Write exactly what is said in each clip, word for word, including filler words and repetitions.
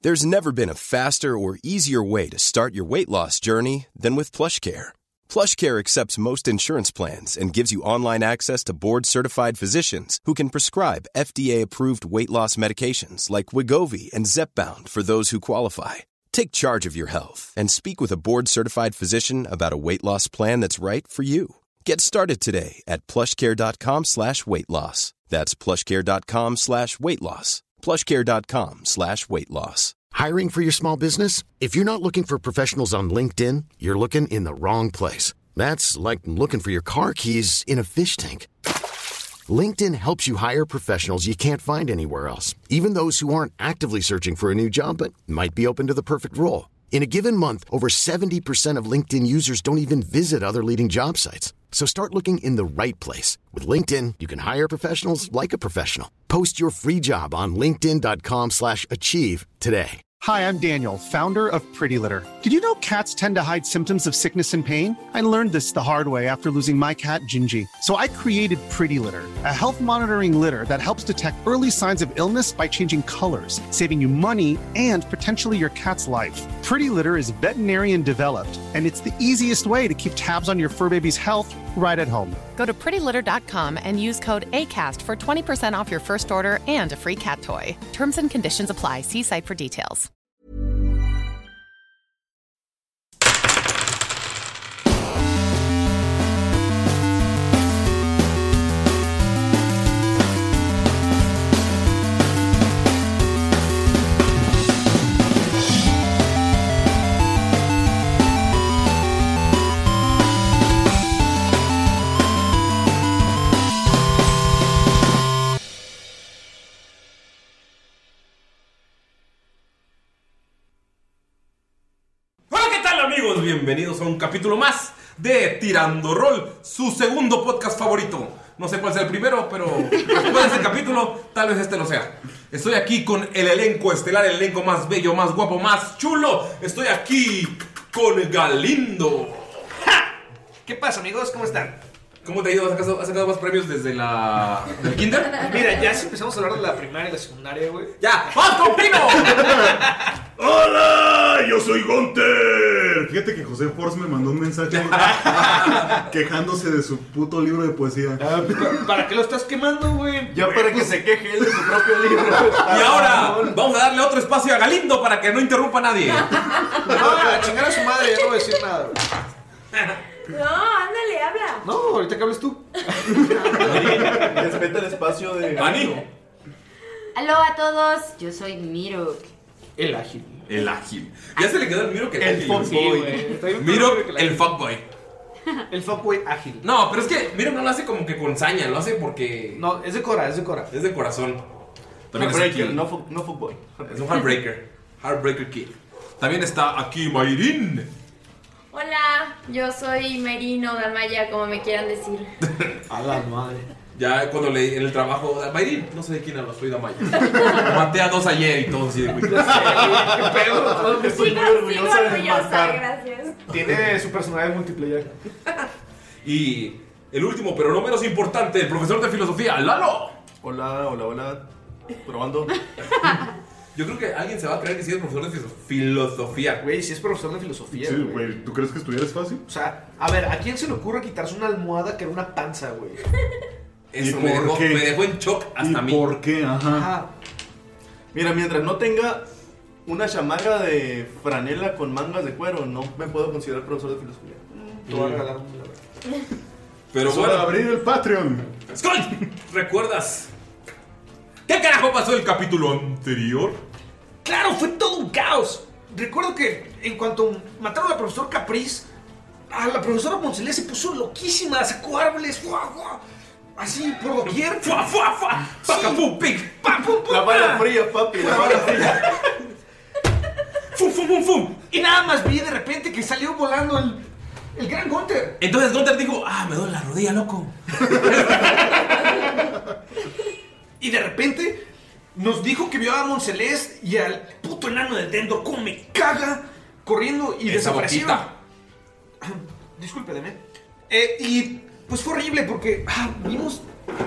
There's never been a faster or easier way to start your weight loss journey than with PlushCare. PlushCare accepts most insurance plans and gives you online access to board-certified physicians who can prescribe F D A-approved weight loss medications like Wegovy and Zepbound for those who qualify. Take charge of your health and speak with a board-certified physician about a weight loss plan that's right for you. Get started today at plushcare.com slash weight loss. That's plushcare.com slash weight loss. plushcare.com slash weight loss. Hiring for your small business? If you're not looking for professionals on LinkedIn, you're looking in the wrong place. That's like looking for your car keys in a fish tank. LinkedIn helps you hire professionals you can't find anywhere else, even those who aren't actively searching for a new job but might be open to the perfect role. In a given month, over seventy percent of LinkedIn users don't even visit other leading job sites. So start looking in the right place. With LinkedIn, you can hire professionals like a professional. Post your free job on linkedin.com slash achieve today. Hi, I'm Daniel, founder of Pretty Litter. Did you know cats tend to hide symptoms of sickness and pain? I learned this the hard way after losing my cat, Gingy. So I created Pretty Litter, a health monitoring litter that helps detect early signs of illness by changing colors, saving you money and potentially your cat's life. Pretty Litter is veterinarian developed, and it's the easiest way to keep tabs on your fur baby's health right at home. Go to pretty litter dot com and use code ACAST for twenty percent off your first order and a free cat toy. Terms and conditions apply. See site for details. Bienvenidos a un capítulo más de Tirando Rol, su segundo podcast favorito. No sé cuál sea el primero, pero después de este capítulo, tal vez este lo sea. Estoy aquí con el elenco estelar, el elenco más bello, más guapo, más chulo. Estoy aquí con Galindo. ¡Ja! ¿Qué pasa, amigos? ¿Cómo están? ¿Cómo te ha ido? ¿Has sacado, has sacado más premios desde la... del kinder? Mira, ya si empezamos a hablar de la primaria y la secundaria, güey. ¡Ya! ¡Vamos contigo! ¡Hola! Yo soy Gunter. Fíjate que José Force me mandó un mensaje quejándose de su puto libro de poesía. ¿Para qué lo estás quemando, güey? Ya para que se queje él de su propio libro. Y ahora vamos a darle otro espacio a Galindo para que no interrumpa a nadie. No, a chingar a su madre, ya no voy a decir nada. No, ándale, habla. No, ahorita que hables tú. Respeta el espacio de Ani. Aló a todos, yo soy Mirok. El ágil. El ágil. Ya se le quedó el Miro que el, el fuckboy. Miro el fuckboy. El fuckboy ágil. No, pero es que Miro no lo hace como que con saña, lo hace porque... No, es de cora, es de cora. Es de corazón. Heartbreaker, no, fu- no fuckboy. Es un heartbreaker. Heartbreaker Kid. También está aquí Mayrin. Hola, yo soy Merino Dalmaya, como me quieran decir. A la madre. Ya cuando leí en el trabajo, Mayrin, no sé de quién hablo, soy Damaya. Maté a dos ayer y todo así de güey. ¿Qué pedo? Sigo, sigo orgullosa, gracias. Tiene su personalidad múltiple ya. Y el último, pero no menos importante, el profesor de filosofía, Lalo. Hola, hola, hola. Probando. Yo creo que alguien se va a creer que sí es profesor de filosofía. Güey, si es profesor de filosofía. Sí, güey. ¿Tú crees que estudiar es fácil? O sea, a ver, ¿a quién se le ocurre quitarse una almohada que era una panza, güey? Eso me dejó, me dejó en shock hasta ¿Y mí. ¿Por qué? Ajá. Ajá. Mira, mientras no tenga una chamarra de franela con mangas de cuero, no me puedo considerar profesor de filosofía. Te voy a regalar un la verdad. Pero Solo bueno, abrir el Patreon. Skull, ¿recuerdas qué carajo pasó el capítulo anterior? ¡Claro! Fue todo un caos. Recuerdo que en cuanto mataron al profesor Capriz, a la profesora Moncelés se puso loquísima, sacó árboles, ¡fua, fua! Así por doquier. ¡Fua, fua, fua! ¡Pacapum, pic! ¡Pam, pum, pum! La bala fría, papi, la bala fría. ¡Fum, fum, fum, fum! Y nada más vi de repente que salió volando el, el gran Gunter. Entonces Gunter dijo, ah, me duele la rodilla, loco. Y de repente nos dijo que vio a Moncelés y al puto enano de Dendor, como me caga, corriendo y Esa desaparecieron. boquita. Discúlpeme. Eh, y pues fue horrible porque ah, vimos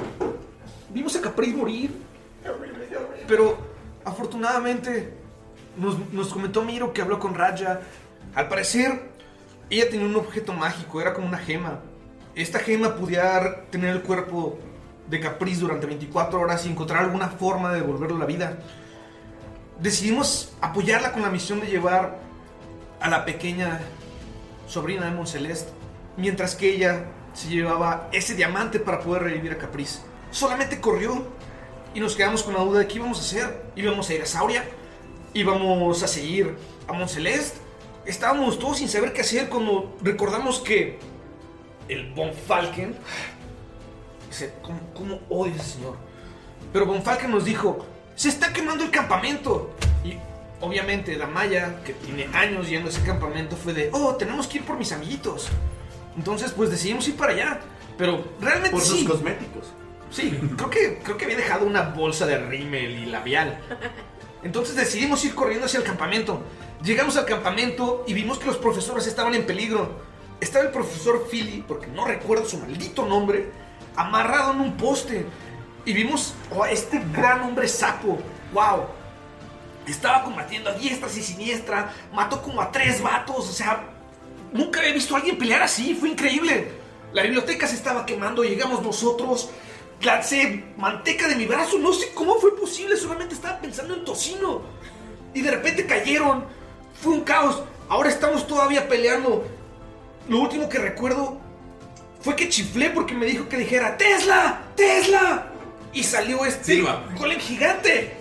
vimos a Capriz morir. Pero afortunadamente nos, nos comentó Miro que habló con Raja. Al parecer, ella tenía un objeto mágico, era como una gema. Esta gema podía tener el cuerpo de Caprice durante veinticuatro horas y encontrar alguna forma de devolverle la vida. Decidimos apoyarla con la misión de llevar a la pequeña sobrina de Monceleste, mientras que ella se llevaba ese diamante para poder revivir a Caprice. Solamente corrió y nos quedamos con la duda de qué íbamos a hacer. Íbamos a ir a Sauria, íbamos a seguir a Monceleste. Estábamos todos sin saber qué hacer cuando recordamos que el Von Falken... ¿Cómo, cómo odio a ese señor? Pero Von Falken nos dijo: ¡se está quemando el campamento! Y obviamente Damaya, que tiene años yendo a ese campamento, fue de: oh, tenemos que ir por mis amiguitos. Entonces pues decidimos ir para allá. Pero realmente por sí. sus cosméticos. Sí, creo que, creo que había dejado una bolsa de rímel y labial. Entonces decidimos ir corriendo hacia el campamento. Llegamos al campamento y vimos que los profesores estaban en peligro. Estaba el profesor Philly, porque no recuerdo su maldito nombre, amarrado en un poste. Y vimos a este gran hombre sapo. ¡Wow! Estaba combatiendo a diestra y siniestra. Mató como a tres vatos. O sea, nunca había visto a alguien pelear así. Fue increíble. La biblioteca se estaba quemando. Llegamos nosotros. Lancé manteca de mi brazo. No sé cómo fue posible. Solamente estaba pensando en tocino. Y de repente cayeron. Fue un caos. Ahora estamos todavía peleando. Lo último que recuerdo fue que chiflé porque me dijo que dijera: ¡Tesla! ¡Tesla! Y salió este Silva. golem gigante.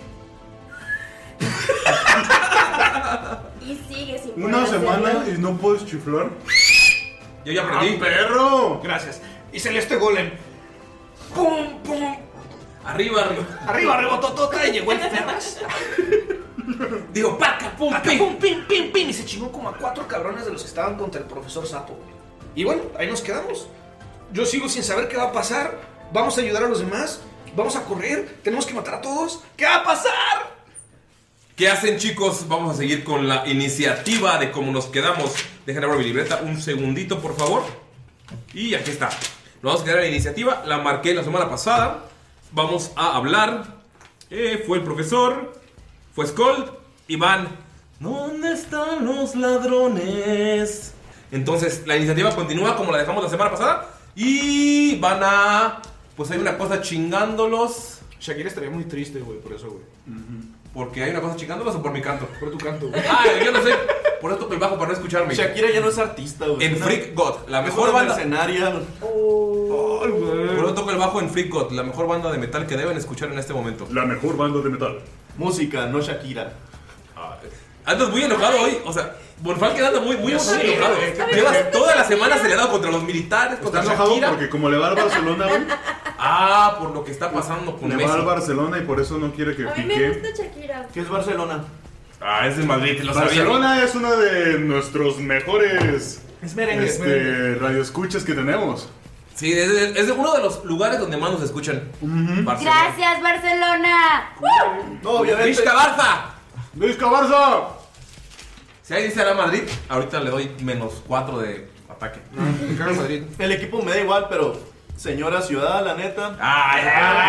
Y sigue sin Una poder semana hacerlo. y no puedes chiflar. Yo ya aprendí. ¡Ah, perro! Gracias. Y salió este golem. ¡Pum! ¡Pum! Arriba, arriba. Arriba rebototota y llegó el Ferras. Digo, paca, pum, Paca, pim. pum, pim, pim, pim. Y se chingó como a cuatro cabrones de los que estaban contra el profesor Sapo. Y bueno, ahí nos quedamos. Yo sigo sin saber qué va a pasar. Vamos a ayudar a los demás. Vamos a correr. Tenemos que matar a todos. ¿Qué va a pasar? ¿Qué hacen, chicos? Vamos a seguir con la iniciativa de cómo nos quedamos. Dejen abrir mi libreta un segundito, por favor. Y aquí está. Nos vamos a quedar en la iniciativa. La marqué la semana pasada. Vamos a hablar. Eh, fue el profesor. Fue Skold. Y van: ¿dónde están los ladrones? Entonces, la iniciativa continúa como la dejamos la semana pasada. Y van a... pues hay una cosa chingándolos. Shakira estaría muy triste, güey, por eso, güey. ¿Porque hay una cosa chingándolos o por mi canto? Por tu canto, güey. Ah, yo no sé. Por eso toco el bajo para no escucharme. Shakira ya no es artista, güey. En Una- Freak God, la es mejor una banda. mercenaria. Ay, güey. Por eso toco el bajo en Freak God, la mejor banda de metal que deben escuchar en este momento. La mejor banda de metal. Música, no Shakira. Andas muy enojado hoy, o sea, Bonfalken anda muy, muy, muy Sí, enojado. güey. Llevas toda la semana acelerado contra los militares, contra Está enojado Shakira. porque como le va al Barcelona, güey. Ah, por lo que está pasando con Le Messi. va al Barcelona y por eso no quiere que A mí me pique. gusta Shakira. ¿Qué es Barcelona? Ah, es de Madrid, lo sabía. Barcelona es uno de nuestros mejores Es merengue, es este, merengue. radioescuchas que tenemos. Sí, es, es- es uno de los lugares donde más nos escuchan. Barcelona. Gracias, Barcelona. No, obviamente. ¡Vizca Barça! ¡Vizca Barça! Si ahí dice a la Madrid, ahorita le doy menos cuatro de ataque. Madrid. El equipo me da igual, pero señora ciudad, la neta. ¡Ay,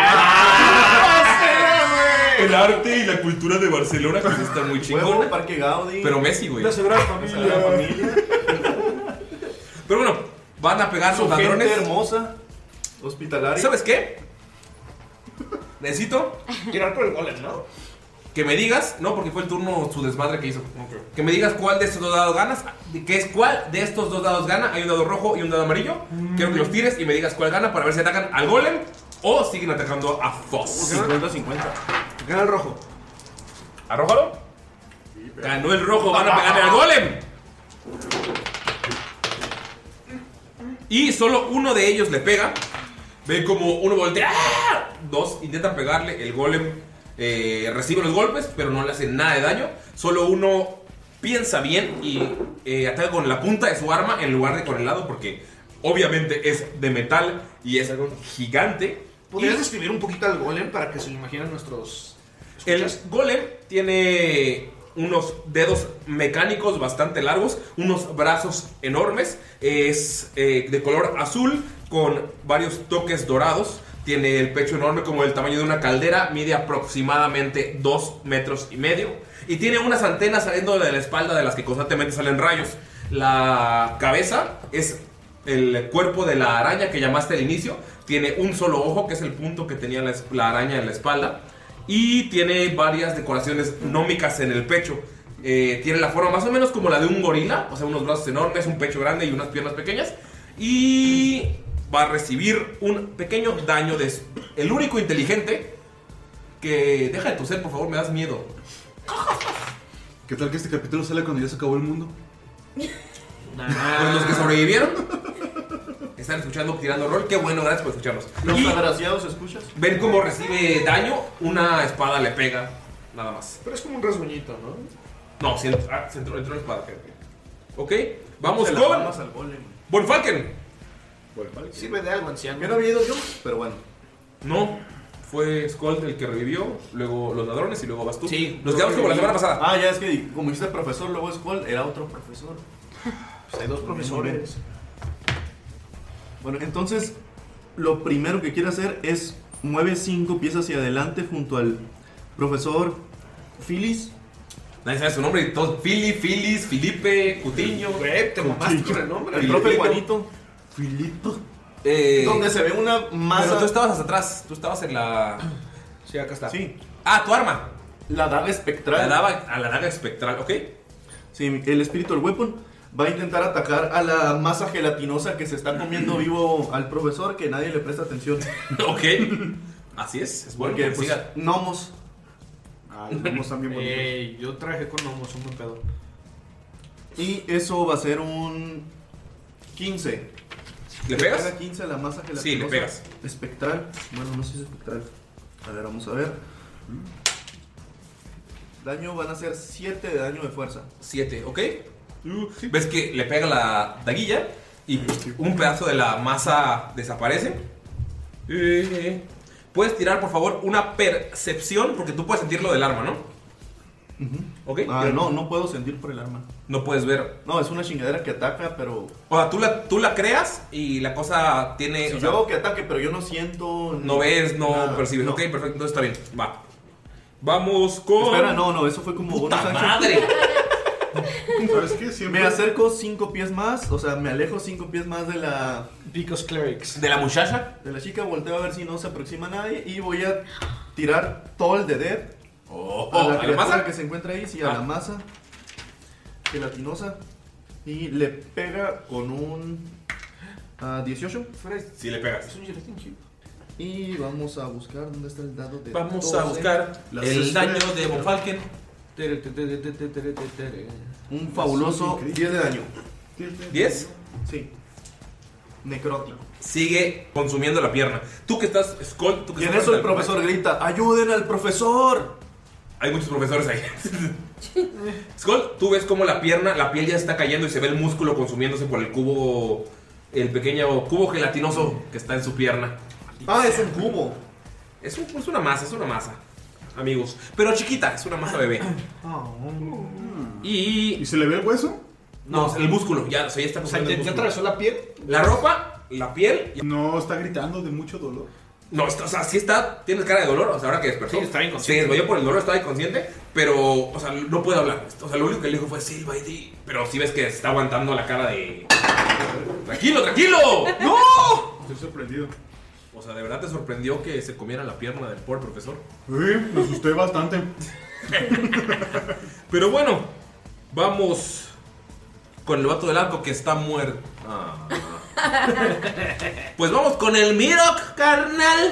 ay! El arte y la cultura de Barcelona que sí está muy Huevo, chingona. Parque Gaudí. Pero Messi, güey. La Sagrada La Sagrada Familia. Familia. Pero bueno, van a pegar Su los gente ladrones. hermosa. Hospitalaria. ¿Sabes qué? Necesito Tirar por el golem, ¿no? que me digas, no, porque fue el turno su desmadre que hizo. Que me digas cuál de estos dos dados ganas. ¿Qué es cuál de estos dos dados gana? Hay un dado rojo y un dado amarillo. Quiero que los tires y me digas cuál gana para ver si atacan al golem o siguen atacando a Foss. cincuenta cincuenta. Gana el rojo. ¿Arrójalo? Ganó el rojo, van a pegarle al golem. Y solo uno de ellos le pega. Ven como uno voltea. ¡Ah! Dos intentan pegarle. El golem eh, recibe los golpes, pero no le hace nada de daño. Solo uno piensa bien y eh, ataca con la punta de su arma en lugar de con el lado, porque obviamente es de metal y es gigante. ¿Podrías Y describir un poquito al golem para que se lo imaginen nuestros el escuchas? golem tiene unos dedos mecánicos bastante largos, unos brazos enormes, es eh, de color azul con varios toques dorados, tiene el pecho enorme como el tamaño de una caldera, mide aproximadamente dos metros y medio Y tiene unas antenas saliendo de la espalda de las que constantemente salen rayos. La cabeza es el cuerpo de la araña que llamaste al inicio. Tiene un solo ojo, que es el punto que tenía la, la araña en la espalda. Y tiene varias decoraciones gnómicas en el pecho. Eh, tiene la forma más o menos como la de un gorila. O sea, unos brazos enormes, un pecho grande y unas piernas pequeñas. Y va a recibir un pequeño daño de... El único inteligente que... Deja de toser, por favor, me das miedo. ¿Qué tal que este capítulo sale cuando ya se acabó el mundo? Pues los que sobrevivieron están escuchando Tirando Rol. Qué bueno, gracias por escucharnos. Los Y agraciados, ¿escuchas? ven cómo recibe daño. Una espada le pega, nada más. Pero es como un rasguñito, ¿no? No, sí, entró, ah, se entró, entró la espada. Ok, vamos Se la con mamas al golem. Von Falken. Sirve de algo, anciano. Yo no había ido yo, pero bueno. No, fue Skull el que revivió, luego los ladrones y luego vas tú. Sí, nos quedamos como la semana pasada. Ah, ya es que como dijiste profesor, luego Skull era otro profesor. Pues hay dos profesores. Bueno, entonces lo primero que quiere hacer es mueve cinco pies hacia adelante junto al profesor Phyllis. Nadie sabe su nombre y todos. Philly, Phyllis, Felipe, Cutiño. Güey, te mamaste con el nombre. El profe Filipito. Juanito. Filito. Eh, Donde se ve una masa. Pero tú estabas hasta atrás, tú estabas en la... Sí, acá está. Sí, Ah, tu arma. la daga espectral. La daba a la daga espectral, ¿ok? Sí, el Spiritual Weapon va a intentar atacar a la masa gelatinosa que se está comiendo vivo al profesor, que nadie le presta atención. Ok. Así es, es bueno Porque que pues, siga. gnomos. Ay, vamos también bonitos. Ey, yo traje con homos, un buen pedo. Y eso va a ser un quince. ¿Le pegas? pega quince a la masa gelatinosa. Sí, le pegas. Espectral. Bueno, no sé si es espectral. A ver, vamos a ver. Daño van a ser siete de daño de fuerza. siete, ¿ok? Ves que le pega la daguilla y un pedazo de la masa desaparece. Eh, Puedes tirar, por favor, una percepción, porque tú puedes sentir lo del arma, ¿no? ¿Ok? Ah, no, no puedo sentir por el arma. No puedes ver. No, es una chingadera que ataca, pero... O sea, tú la, tú la creas y la cosa tiene... Si o yo sea, hago que ataque, pero yo no siento... no ves, no nada. percibes. No. Ok, perfecto, entonces está bien. Va. Vamos con... Espera, no, no, eso fue como bonus ¡Puta action. madre! ¿Sabes qué? Siempre... Me acerco cinco pies más, o sea, me alejo cinco pies más de la... Because Clerics. ¿De la muchacha? De la chica, volteo a ver si no se aproxima nadie y voy a tirar Toll de Dead Oh, a la ¿a la criatura masa? que se encuentra ahí, sí, a Ah. la masa gelatinosa y le pega con un ah, dieciocho Sí, le pegas. y vamos a buscar dónde está el dado de Vamos a doce. buscar Las el daño estrellas. de Von Falken. Un fabuloso diez de daño. ¿diez? Sí. Necrótico. Sigue consumiendo la pierna. Tú que estás, Skull, tú que Y en estás eso el frente al- profesor grita, ¡ayuden al profesor! Hay muchos profesores ahí. Skull, tú ves cómo la pierna, la piel ya está cayendo y se ve el músculo consumiéndose por el cubo, el pequeño cubo gelatinoso que está en su pierna. Ah, es un cubo. Es, un- es una masa, es una masa, amigos. Pero chiquita, es una masa bebé. ¿Y Y... se le ve el hueso? No, el músculo, ya, o sea, ya está O sea, consumiendo ¿ya, el ya músculo. atravesó la piel? La ropa, la piel... y- No, está gritando de mucho dolor. No, está- o sea, sí está, tienes cara de dolor, o sea, ahora que despertó. Sí, está inconsciente. Se desmayó por el dolor, estaba inconsciente, pero, o sea, no puede hablar. O sea, lo único que le dijo fue Silva y di. Pero sí ves que se está aguantando la cara de... ¡Tranquilo, tranquilo! ¡No! Estoy sorprendido. O sea, ¿de verdad te sorprendió que se comiera la pierna del pobre profesor? Sí, me asusté bastante. Pero bueno, vamos con el vato del arco que está muerto. Ah. Pues vamos con el Mirok, carnal.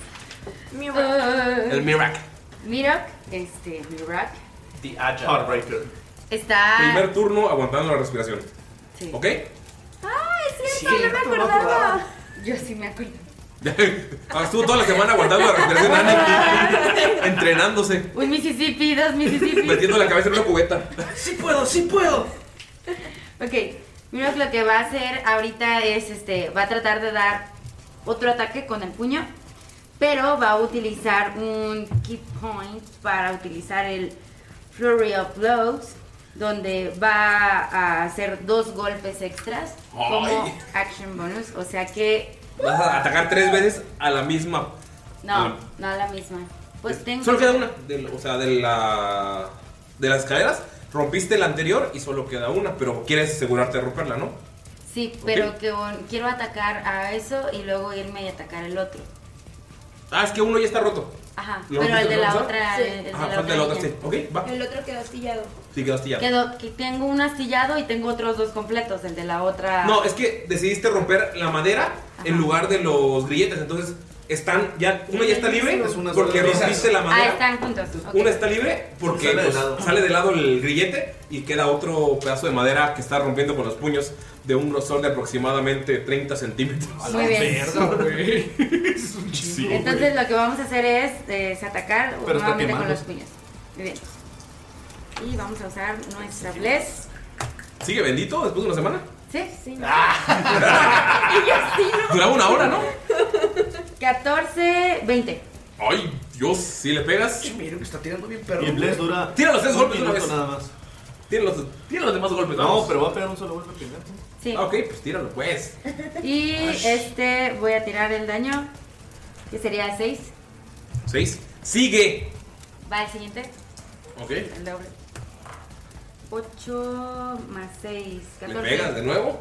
Uh, El Mirak. Mirak, este, Mirak, The Agile. Heartbreaker. está... Primer turno aguantando la respiración. Sí. ¿Ok? Ah, es Sí, cierto, no me no me acordaba. acordaba. Yo sí me acuerdo. Ah, estuvo toda la semana aguantando la respiración, Ani. Entrenándose. Un Mississippi, dos Mississippi. Metiendo la cabeza en una cubeta. ¡Sí puedo, sí puedo! Ok, Mirak lo que va a hacer ahorita es, este, va a tratar de dar otro ataque con el puño, pero va a utilizar un key point para utilizar el Flurry of Blows, donde va a hacer dos golpes extras como Ay. action bonus, o sea que Vas a atacar tres veces a la misma. no, no la misma. Pues tengo Solo queda una. del- o sea, de la. de las escaleras. Rompiste la anterior y solo queda una, pero quieres asegurarte de romperla, ¿no? Sí, pero Ok. que un- quiero atacar a eso y luego irme y atacar el otro. Ah, es que uno ya está roto. Ajá, ¿Lo pero el de la rompiste, otra. Sí. el de Ajá, la falta otra el otro, niña. sí. Ok, va. El otro quedó astillado. Sí, quedó astillado. Quedó, que tengo un astillado y tengo otros dos completos, el de la otra. No, es que decidiste romper la madera en lugar de los grilletes, entonces están ya, uno ya está libre Es una porque sola rompiste la Ah, madera. están juntos. ok. Una está libre porque Sale de pues, lado. sale de lado el grillete y queda otro pedazo de madera que está rompiendo con los puños de un grosor de aproximadamente treinta centímetros. Muy bien. Verga, güey. Es un chingo. Entonces lo que vamos a hacer es, eh, es atacar Pero está nuevamente con quemado. los puños. Muy bien. Y vamos a usar nuestra Bless. ¿Sigue bendito después de una semana? ¿Sí? Sí. Duraba una hora, ¿no? catorce, veinte. Ay, Dios, si le pegas. Miren que está tirando bien perro. Y el Bless dura. Tira los tres un golpes de una minuto vez. nada más. Tiene los, tiene los demás golpes. No, vamos. pero va a pegar un solo golpe primero. Sí. Ah, ok, pues tíralo, pues. Y este voy a tirar el daño, que sería seis. Seis. Sigue. Va el siguiente, Ok. el doble. ocho más seis, Le catorce. pegas de nuevo.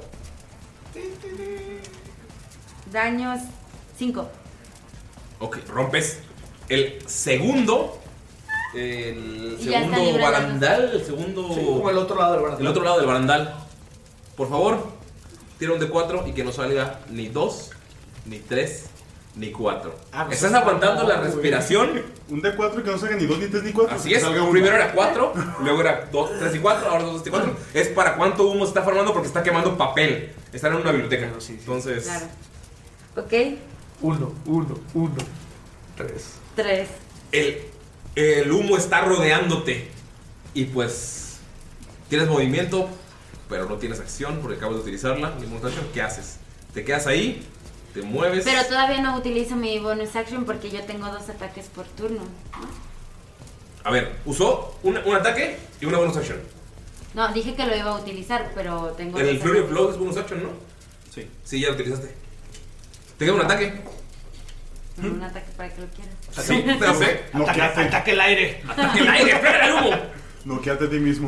Daños cinco. Ok, rompes el segundo. El Y ya está segundo libre de barandal. El segundo. Sí, como el otro lado del barandal. El otro lado del barandal. Por favor, tira un de cuatro y que no salga ni dos, ni tres, ni cuatro. Ah, pues Estás es aguantando la mamón, güey. respiración. Un D cuatro y que no salga ni dos, ni tres, ni cuatro. Así que es. salga uno. Primero era cuatro, luego era dos, tres y cuatro, ahora dos, dos y cuatro. Es para cuánto humo se está formando porque está quemando papel. Están en una biblioteca. Claro, sí, sí. Entonces, Claro. Ok, Uno, uno, uno. Tres. tres. el, el humo está rodeándote. Y pues, tienes movimiento, pero no tienes acción porque acabas de utilizarla. Ni bonus action. ¿Qué haces? Te quedas ahí, te mueves. Pero todavía no utilizo mi bonus action porque yo tengo dos ataques por turno. ¿no? A ver, usó un, un ataque y una bonus action. No, dije que lo iba a utilizar, pero tengo El dos Flurry of ataques. Blows es bonus action, ¿no? Sí. Sí, ya lo utilizaste. Te queda un ataque. Un ataque para que lo quieras. Sí, te lo sé. No, Ataque, quédate. ataque el aire. Ataque el aire, pega el humo. No, quédate a ti mismo.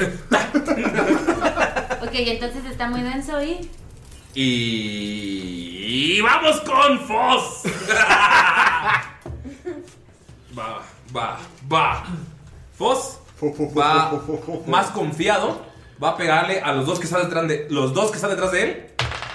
Ok, entonces está muy denso y... Y... y vamos con Foz. Va, va, va. Foz Fo, fo, fo, va fo, fo, fo, fo. más confiado. Va a pegarle a los dos que están detrás de los dos que están detrás de él.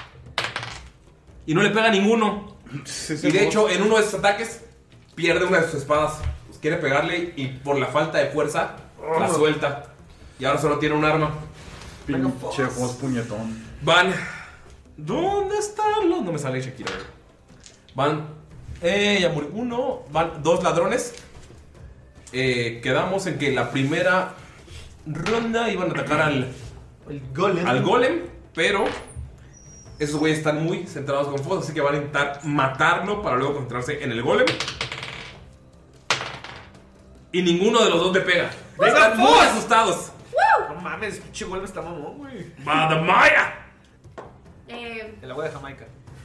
Y no le pega a ninguno. Sí, Y de hecho, en uno de esos ataques pierde una de sus espadas. Pues quiere pegarle y por la falta de fuerza la suelta. Y ahora solo tiene un arma. pinche voz puñetón. Van. ¿Dónde están los? No me sale Shakira. Van. Eh, ya murió uno. Van dos ladrones. Eh, quedamos en que la primera ronda iban a atacar al, El golem. al golem. Pero esos güeyes están muy centrados con Foz. Así que van a intentar matarlo para luego concentrarse en el golem. Y ninguno de los dos le pega. Están muy Foz! asustados. No mames, pinche golpe está mamón, güey. ¡Badamaya! Eh, El agua de Jamaica.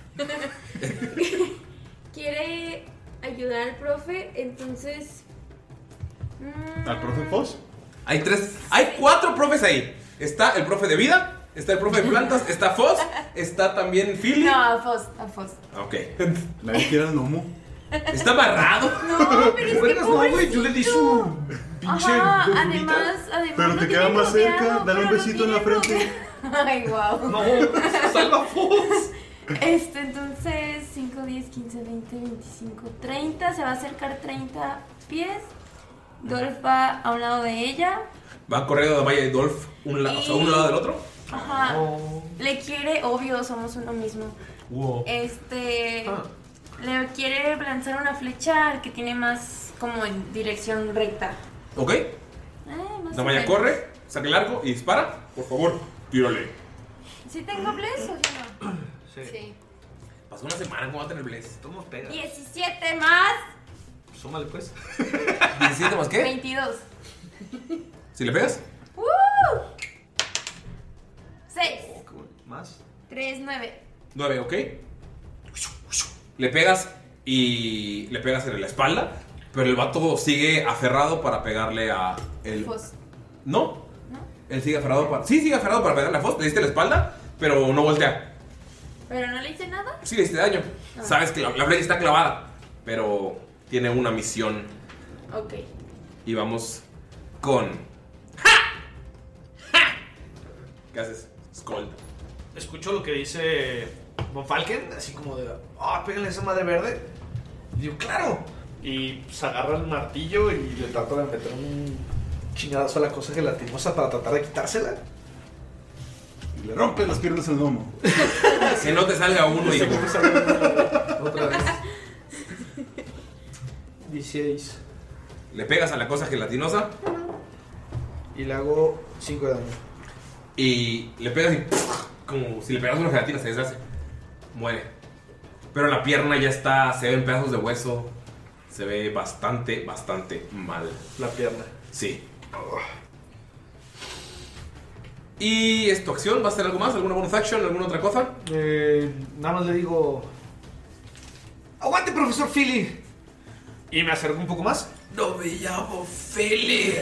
quiere ayudar al profe, entonces. mm, ¿Al profe Foss? Hay tres, hay cuatro profes ahí. Está el profe de vida, está el profe de plantas, está Foz, está también Philly. No, a Fos, a Fos. Ok. Nadie quiere el gnomo. Está amarrado. No, pero es que Vergas, no, güey, yo le di su pinche Ajá, bolita. además, además. Pero lo te tiene queda más cerca, rodeado, dale un pero lo besito en la tiene frente. rodeado. Ay, wow. No, salva Foz. Este, entonces, cinco, diez, quince, veinte, veinticinco, treinta. Se va a acercar treinta pies. Dolph va a un lado de ella. Va corriendo de Maya y Dolph, un la- o sea, uno al lado del otro. Ajá. Le quiere, obvio, somos uno mismo. Wow. Este. Ah. Le quiere lanzar una flecha al que tiene más como en dirección recta. Ok. Eh, más o Damaya menos. corre, saca el arco y dispara. Por favor, tírale. ¿Sí tengo bless o ya no? Sí. Pasó una semana, ¿cómo va a tener Bless? Tomos pega. diecisiete más Súmale, pues. ¿diecisiete más qué? veintidós. ¿Si le pegas? ¡Uh! seis, Más. tres, nueve. nueve, ok. Le pegas y le pegas en la espalda, pero el vato sigue aferrado para pegarle a el Fos. No. Él sigue aferrado para... Sí, sigue aferrado para pegarle a Foss. Le diste la espalda, pero no voltea. ¿Pero no le hice nada? Sí, le diste daño. Ah. Sabes que la, la flecha está clavada, pero tiene una misión. Ok. Y vamos con... ¡Ja! ¡Ja! ¿Qué haces? Skull. Escucho lo que dice Von Falken, así como de, ah, oh, pégale a esa madre verde. Y digo, claro. Y pues agarra el martillo y le trato de meter un chingadazo a la cosa gelatinosa para tratar de quitársela. Y le rompes las piernas al lomo. Que no te salga uno y... Otra vez. dieciséis. Le pegas a la cosa gelatinosa. Y le hago cinco de daño. Y le pegas y... Como si le pegas una gelatina, se deshace. Muere. Pero la pierna ya está... Se ven pedazos de hueso. Se ve bastante, bastante mal. La pierna. Sí. ¿Y es tu acción? ¿Va a hacer algo más? ¿Alguna bonus action? ¿Alguna otra cosa? Eh, nada más le digo... ¡Aguante, profesor Philly! Y me acerco un poco más. No me llamo Philly.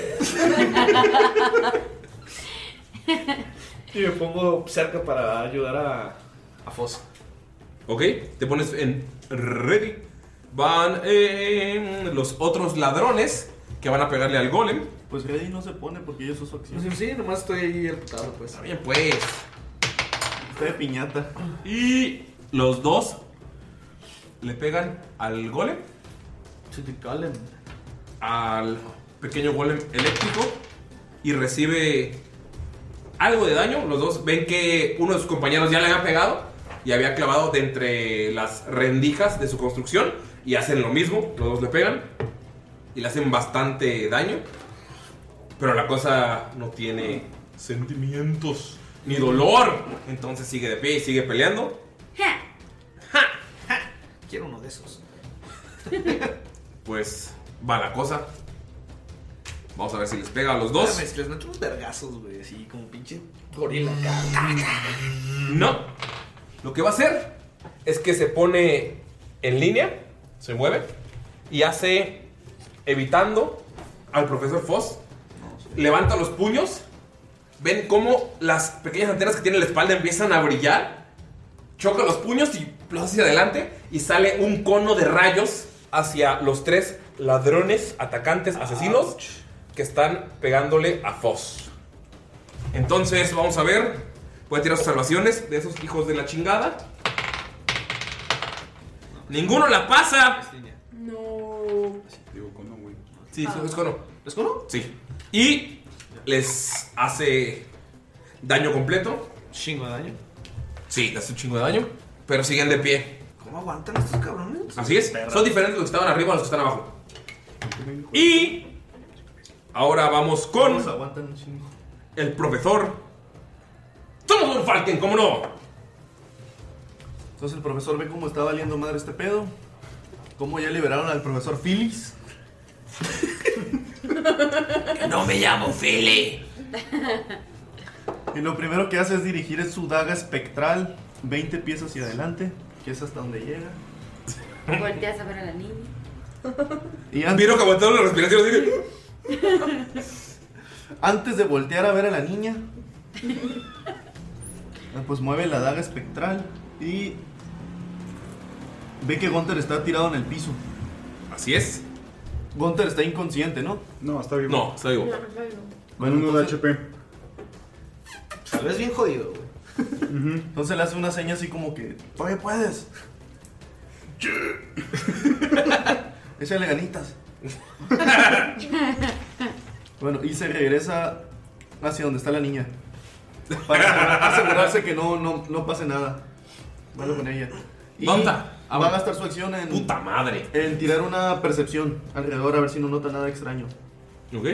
Y me pongo cerca para ayudar a, a Foss. Ok, te pones en ready. Van eh, los otros ladrones que van a pegarle al golem. Pues ready no se pone porque yo uso su acción. Sí, sí, nomás estoy ahí el putado, pues. Está bien, pues. Está de piñata. Y los dos le pegan al golem. Sí, te calen. Al pequeño golem eléctrico. Y recibe algo de daño. Los dos ven que uno de sus compañeros ya le había pegado y había clavado de entre las rendijas de su construcción. Y hacen lo mismo. Los dos le pegan y le hacen bastante daño. Pero la cosa no tiene sentimientos ni dolor. Entonces sigue de pie y sigue peleando. Ja. Ja. Quiero uno de esos. Pues va la cosa. Vamos a ver si les pega a los dos. Espérame, si les meto unos vergazos, güey, así como pinche gorila acá. No. Lo que va a hacer es que se pone en línea, se mueve y hace evitando al profesor Foss. Levanta los puños. Ven cómo las pequeñas antenas que tiene en la espalda empiezan a brillar. Choca los puños y los hacia adelante. Y sale un cono de rayos hacia los tres ladrones, atacantes, asesinos Ouch. que están pegándole a Foss. Entonces, vamos a ver. Puede tirar sus salvaciones de esos hijos de la chingada. Ninguno la pasa. No. Digo, cono, güey. Sí, ah. es cono. ¿Es cono? Sí. Y les hace daño completo. ¿Chingo de daño? Sí, les hace un chingo de daño. Pero siguen de pie. ¿Cómo aguantan estos cabrones? Así es. Son diferentes los que estaban arriba a los que están abajo. Y ahora vamos con aguantan un chingo. el profesor Thomas Von Falken, ¿cómo no? Entonces el profesor ve cómo está valiendo madre este pedo. Cómo ya liberaron al profesor Phyllis. No me llamo Philly. Y lo primero que hace es dirigir su daga espectral veinte pies hacia adelante, que es hasta donde llega. Volteas a ver a la niña. Y antes, Vieron que aguantaron la respiración. Dije, antes de voltear a ver a la niña, pues mueve la daga espectral y ve que Gunther está tirado en el piso. así es. Gunther está inconsciente, ¿no? No, está vivo. No, está vivo. Con uno de H P. Tal vez bien jodido, güey. Uh-huh. Entonces le hace una seña así como que todavía puedes. Échale ganitas. Bueno, y se regresa hacia donde está la niña para asegurarse que no, no, no pase nada malo con ella. Y ¿Dónde? va a gastar su acción en Puta madre. en tirar una percepción alrededor a ver si no nota nada extraño. Ok.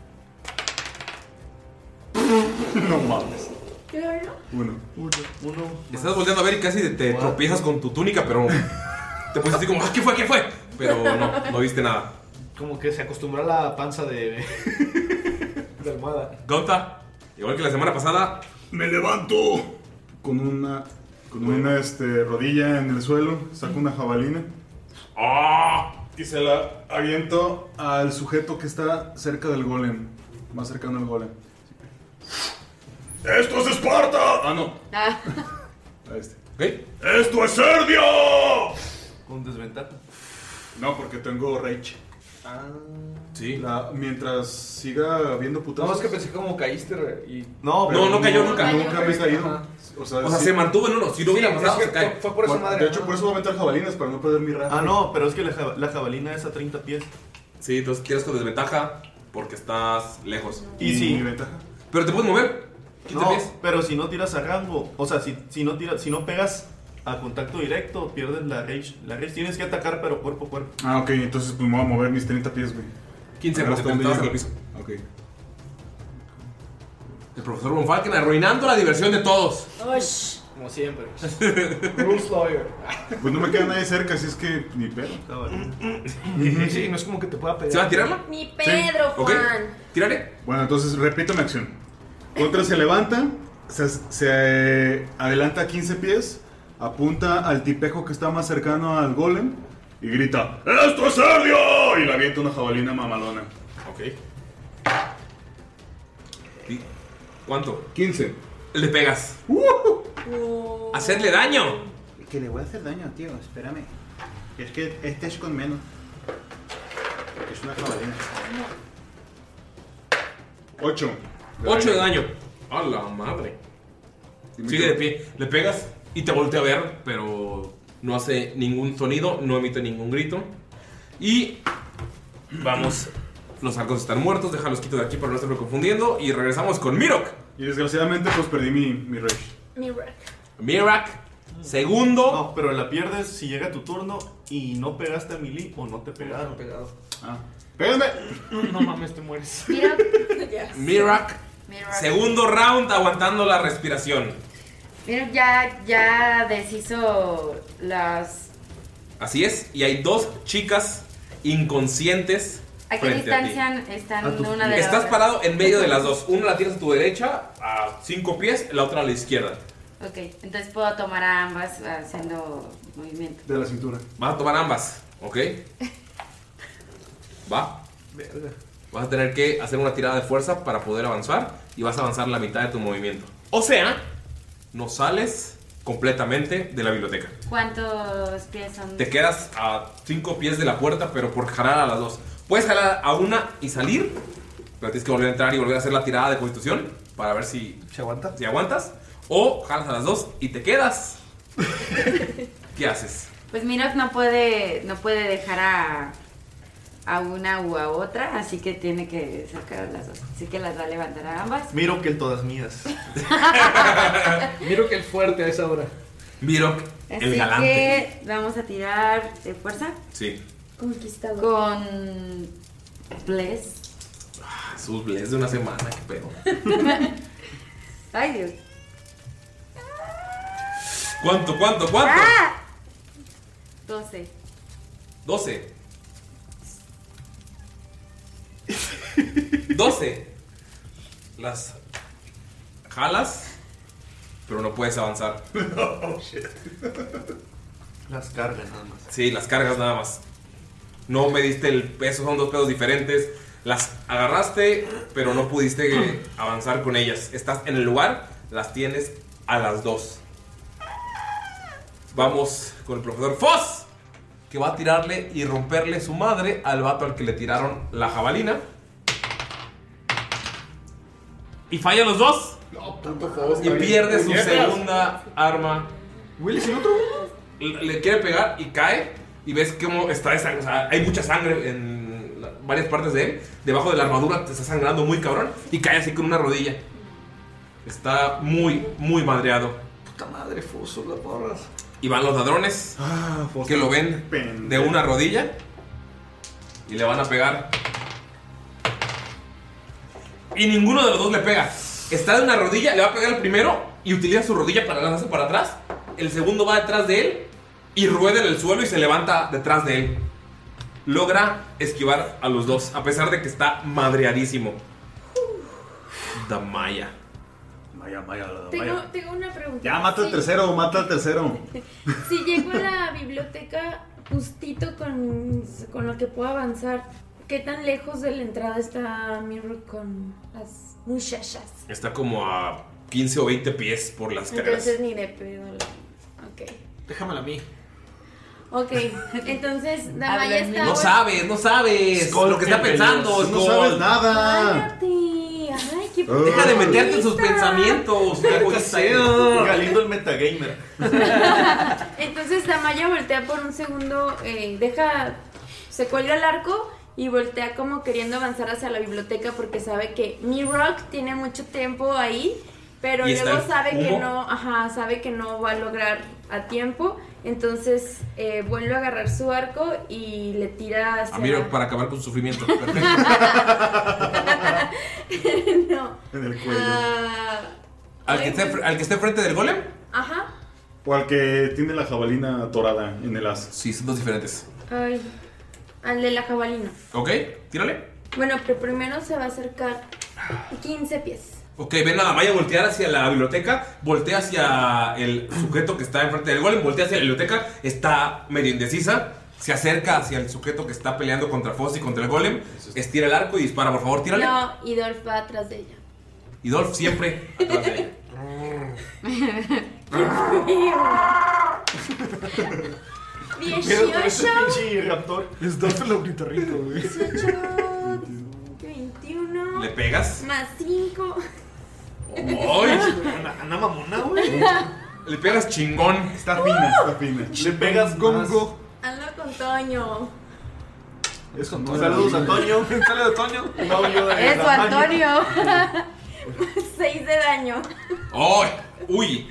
No mames. ¿Qué era? Uno. Uno, uno. Estás volteando a ver y casi te, te tropiezas con tu túnica, pero te pones así como, ¿qué fue? ¿Qué fue? Pero no, no viste nada. Como que se acostumbró a la panza de, de almohada. Gonta, igual que la semana pasada, Me levanto con una con una este, rodilla en el suelo, saco una jabalina ¡ah! y se la aviento al sujeto que está cerca del golem. más cercano al golem. ¡Esto es Esparta! Ah, no. Ah. A este. ¿Ok? ¡Esto es Serdio! Con desventaja. No, porque tengo Rage. Ah. Sí. La, mientras siga habiendo putazos. No, es que pensé como caíste re- y... No, No, no cayó nunca. Nunca me he caído. Ajá. O sea, O sea, sí. se mantuvo en uno. Si no hubiera Sí, pasado, es se que cae. fue, fue por esa Bueno, madre. de hecho, por eso voy a aventar jabalinas, para no perder mi raza. Ah, no, pero es que la, ja- la jabalina es a treinta pies. Sí, entonces tienes con desventaja porque estás lejos. Y ¿Y sí. mi ventaja? Pero te puedes mover. quince No, pies. pero si no tiras a rango, o sea, si, si no tiras, si no pegas a contacto directo, pierdes la rage. La rage tienes que atacar, pero cuerpo a cuerpo. Ah, ok, entonces pues me voy a mover mis treinta pies, güey. quince Pero porque te hasta estabas en donde el piso. llega. Ok. El profesor Von Falken arruinando la diversión de todos. Como siempre. Rules lawyer. Pues no me queda nadie cerca, así es que ni pedo. Jabalina. Sí, no es como que te pueda pegar. ¿Se va a tirarla? Mi Pedro, ¿Ok? Juan. Tírale. Bueno, entonces repito mi acción. Contra se levanta, se, se eh, adelanta quince pies, apunta al tipejo que está más cercano al golem y grita: ¡Esto es Serdio! Y le avienta una jabalina mamalona. Ok. ¿Y ¿Cuánto? quince. Le pegas. Oh. Hacerle daño. Que le voy a hacer daño, tío, espérame. Es que este es con menos. Es una jabalina. ocho. ocho de daño. A la madre. Sigue de pie. Le pegas y te voltea a ver, pero no hace ningún sonido, no emite ningún grito. Y vamos. Los arcos están muertos, déjalos quito de aquí para no estarme confundiendo. Y regresamos con Mirok. Y desgraciadamente pues perdí mi, mi rage. Mi rack. Mirak, segundo. No, pero la pierdes si llega tu turno y no pegaste a melee o no te pegaron. Pegado. Ah. ¡Pégame! No mames, te mueres. Mira, Ya. Mirak, mira, segundo round aguantando la respiración. mira, ya, ya deshizo las. Así es, y hay dos chicas inconscientes. ¿A qué frente a ti. distancia están A tu- una de las Estás otras? parado en medio de las dos. Una la tienes a tu derecha, a cinco pies, la otra a la izquierda. Ok, entonces puedo tomar a ambas haciendo movimiento. De la cintura. Vas a tomar ambas, ¿ok? Va. Vas a tener que hacer una tirada de fuerza para poder avanzar y vas a avanzar la mitad de tu movimiento. O sea, no sales completamente de la biblioteca. ¿Cuántos pies son? Te quedas a cinco pies de la puerta, pero por jalar a las dos. Puedes jalar a una y salir, pero tienes que volver a entrar y volver a hacer la tirada de constitución para ver si, ¿Se aguanta? si aguantas. O jalas a las dos y te quedas. ¿Qué haces? Pues Mirok no puede, no puede dejar a, a una u a otra, así que tiene que sacar a las dos. Así que las va a levantar a ambas. Miro que el todas mías. Miro que el fuerte a esa hora. Mirok, Así el galante. que vamos a tirar de fuerza Sí. Conquistador. con Bless. Sus bless de una semana, qué pedo. Ay, Dios. ¿Cuánto, cuánto, cuánto? ¡Ah! doce. doce. doce. Las jalas, pero no puedes avanzar. Oh, shit. Las cargas nada más. Sí, las cargas nada más. No mediste el peso, son dos pesos diferentes. Las agarraste, pero no pudiste avanzar con ellas. Estás en el lugar, las tienes a las dos. Vamos con el profesor Foss, que va a tirarle y romperle su madre al vato al que le tiraron la jabalina. Y fallan los dos. No, puto Foss. Y pierde su segunda arma. ¿Willy sin otro? Le le quiere pegar y cae. Y ves cómo está esa, o sea, hay mucha sangre en la- varias partes de él. Debajo de la armadura te está sangrando muy cabrón. Y cae así con una rodilla. Está muy, muy madreado. Puta madre, Foso, las porras. Y van los ladrones Ah, Foster. que lo ven Pendejo. de una rodilla. Y le van a pegar. Y ninguno de los dos le pega. Está de una rodilla, le va a pegar el primero y utiliza su rodilla para lanzarse para atrás. El segundo va detrás de él y rueda en el suelo y se levanta detrás de él. Logra esquivar a los dos, a pesar de que está madreadísimo. Damaya. Maya, Maya, la Tengo, Maya. tengo una pregunta. Ya, mata al Sí. tercero, mata al tercero. Si llego a la biblioteca justito con, con lo que puedo avanzar, ¿Qué tan lejos de la entrada está Mirror con las muchachas? Está como a quince o veinte pies por las escaleras. Entonces ni de pedo. Ok. Déjamela a mí. Ok, entonces Damaya está... No sabes, no sabes Skull, lo que está qué pensando, pelos. No Skull. sabes nada. Cállate. Ay, qué Deja de meterte en sus pensamientos. Galindo el metagamer. Entonces Damaya voltea por un segundo, eh, deja, se cuelga el arco y voltea como queriendo avanzar hacia la biblioteca porque sabe que Mirok tiene mucho tiempo ahí, pero ¿Y está luego el sabe que humo? no, ajá, sabe que no va a lograr a tiempo, entonces eh, vuelve a agarrar su arco y le tira hacia... A Mirok para acabar con su sufrimiento. Perfecto. No. En el cuello. Ah, ¿Al, que esté, al que esté frente del golem? ajá. O al que tiene la jabalina atorada en el as. Sí, son dos diferentes. Ay, al de la jabalina. Ok, tírale. Bueno, pero primero se va a acercar quince pies. Ok, ven a Damaya voltear hacia la biblioteca, voltea hacia el sujeto que está enfrente del golem, voltea hacia la biblioteca, está medio indecisa, se acerca hacia el sujeto que está peleando contra Foss y contra el golem, estira el arco y dispara, por favor, tírale. No, y Dolph va atrás de ella. Y Dolph siempre atrás de ella. dieciocho, pinche raptor. Es Dolph el ornitorrinco, güey. dieciocho, veintiuno, ¿Le pegas? más cinco. ¡Ay! Ana, Ana mamona, güey. Le pegas chingón. Está fina, está fina. Le pegas gongo. Ando con Toño. Eso no. Saludos a Toño. Saludos a Toño. Un audio de Eso, Damaya. Antonio. seis de daño. ¡Ay! ¡Uy!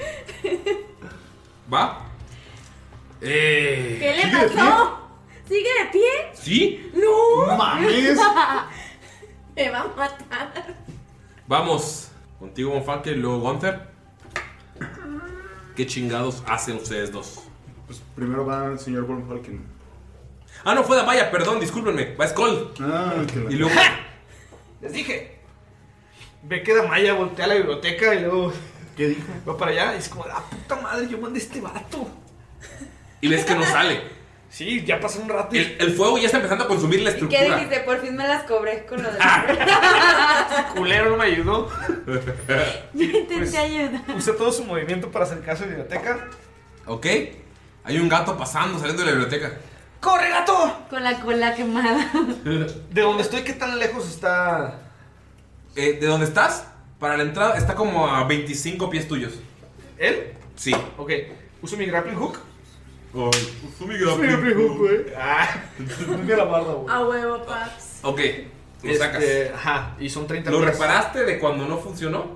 ¿Va? Eh, ¿Qué le ¿sigue de pasó? ¿Sigue de pie? ¿Sí? No. ¡Mames! Me va a matar. Vamos. Contigo, Monfalke, y luego Gunther. ¿Qué chingados hacen ustedes dos? Pues primero va el señor Von Falken. Ah, no, fue Damaya, perdón, discúlpenme. Va Skull. Ah, que la... Y luego... Les dije. Ve que Damaya voltea a la biblioteca y luego. ¿Qué dijo? Va para allá y es como, ah, puta madre, yo mandé a este vato. Y ves que no sale. Sí, ya pasó un rato. El, el fuego ya está empezando a consumir la ¿Y qué estructura. dijiste? Por fin me las cobré con lo de... Culero no me ayudó. Yo intenté Pues, ayudar. Usa todo su movimiento para acercarse a la biblioteca. Ok. Hay un gato pasando, saliendo de la biblioteca. ¡Corre, gato! Con la cola quemada. De donde estoy, ¿qué tan lejos está? Eh, ¿De dónde estás? Para la entrada está como a veinticinco pies tuyos. ¿Él? Sí. Ok. Uso mi grappling hook. Ay, uso mi grappling hook, güey. Ah, no la barda, güey. A huevo, paps. Ok. Lo sacas. Este, ajá, y son treinta ¿Lo pies. reparaste de cuando no funcionó?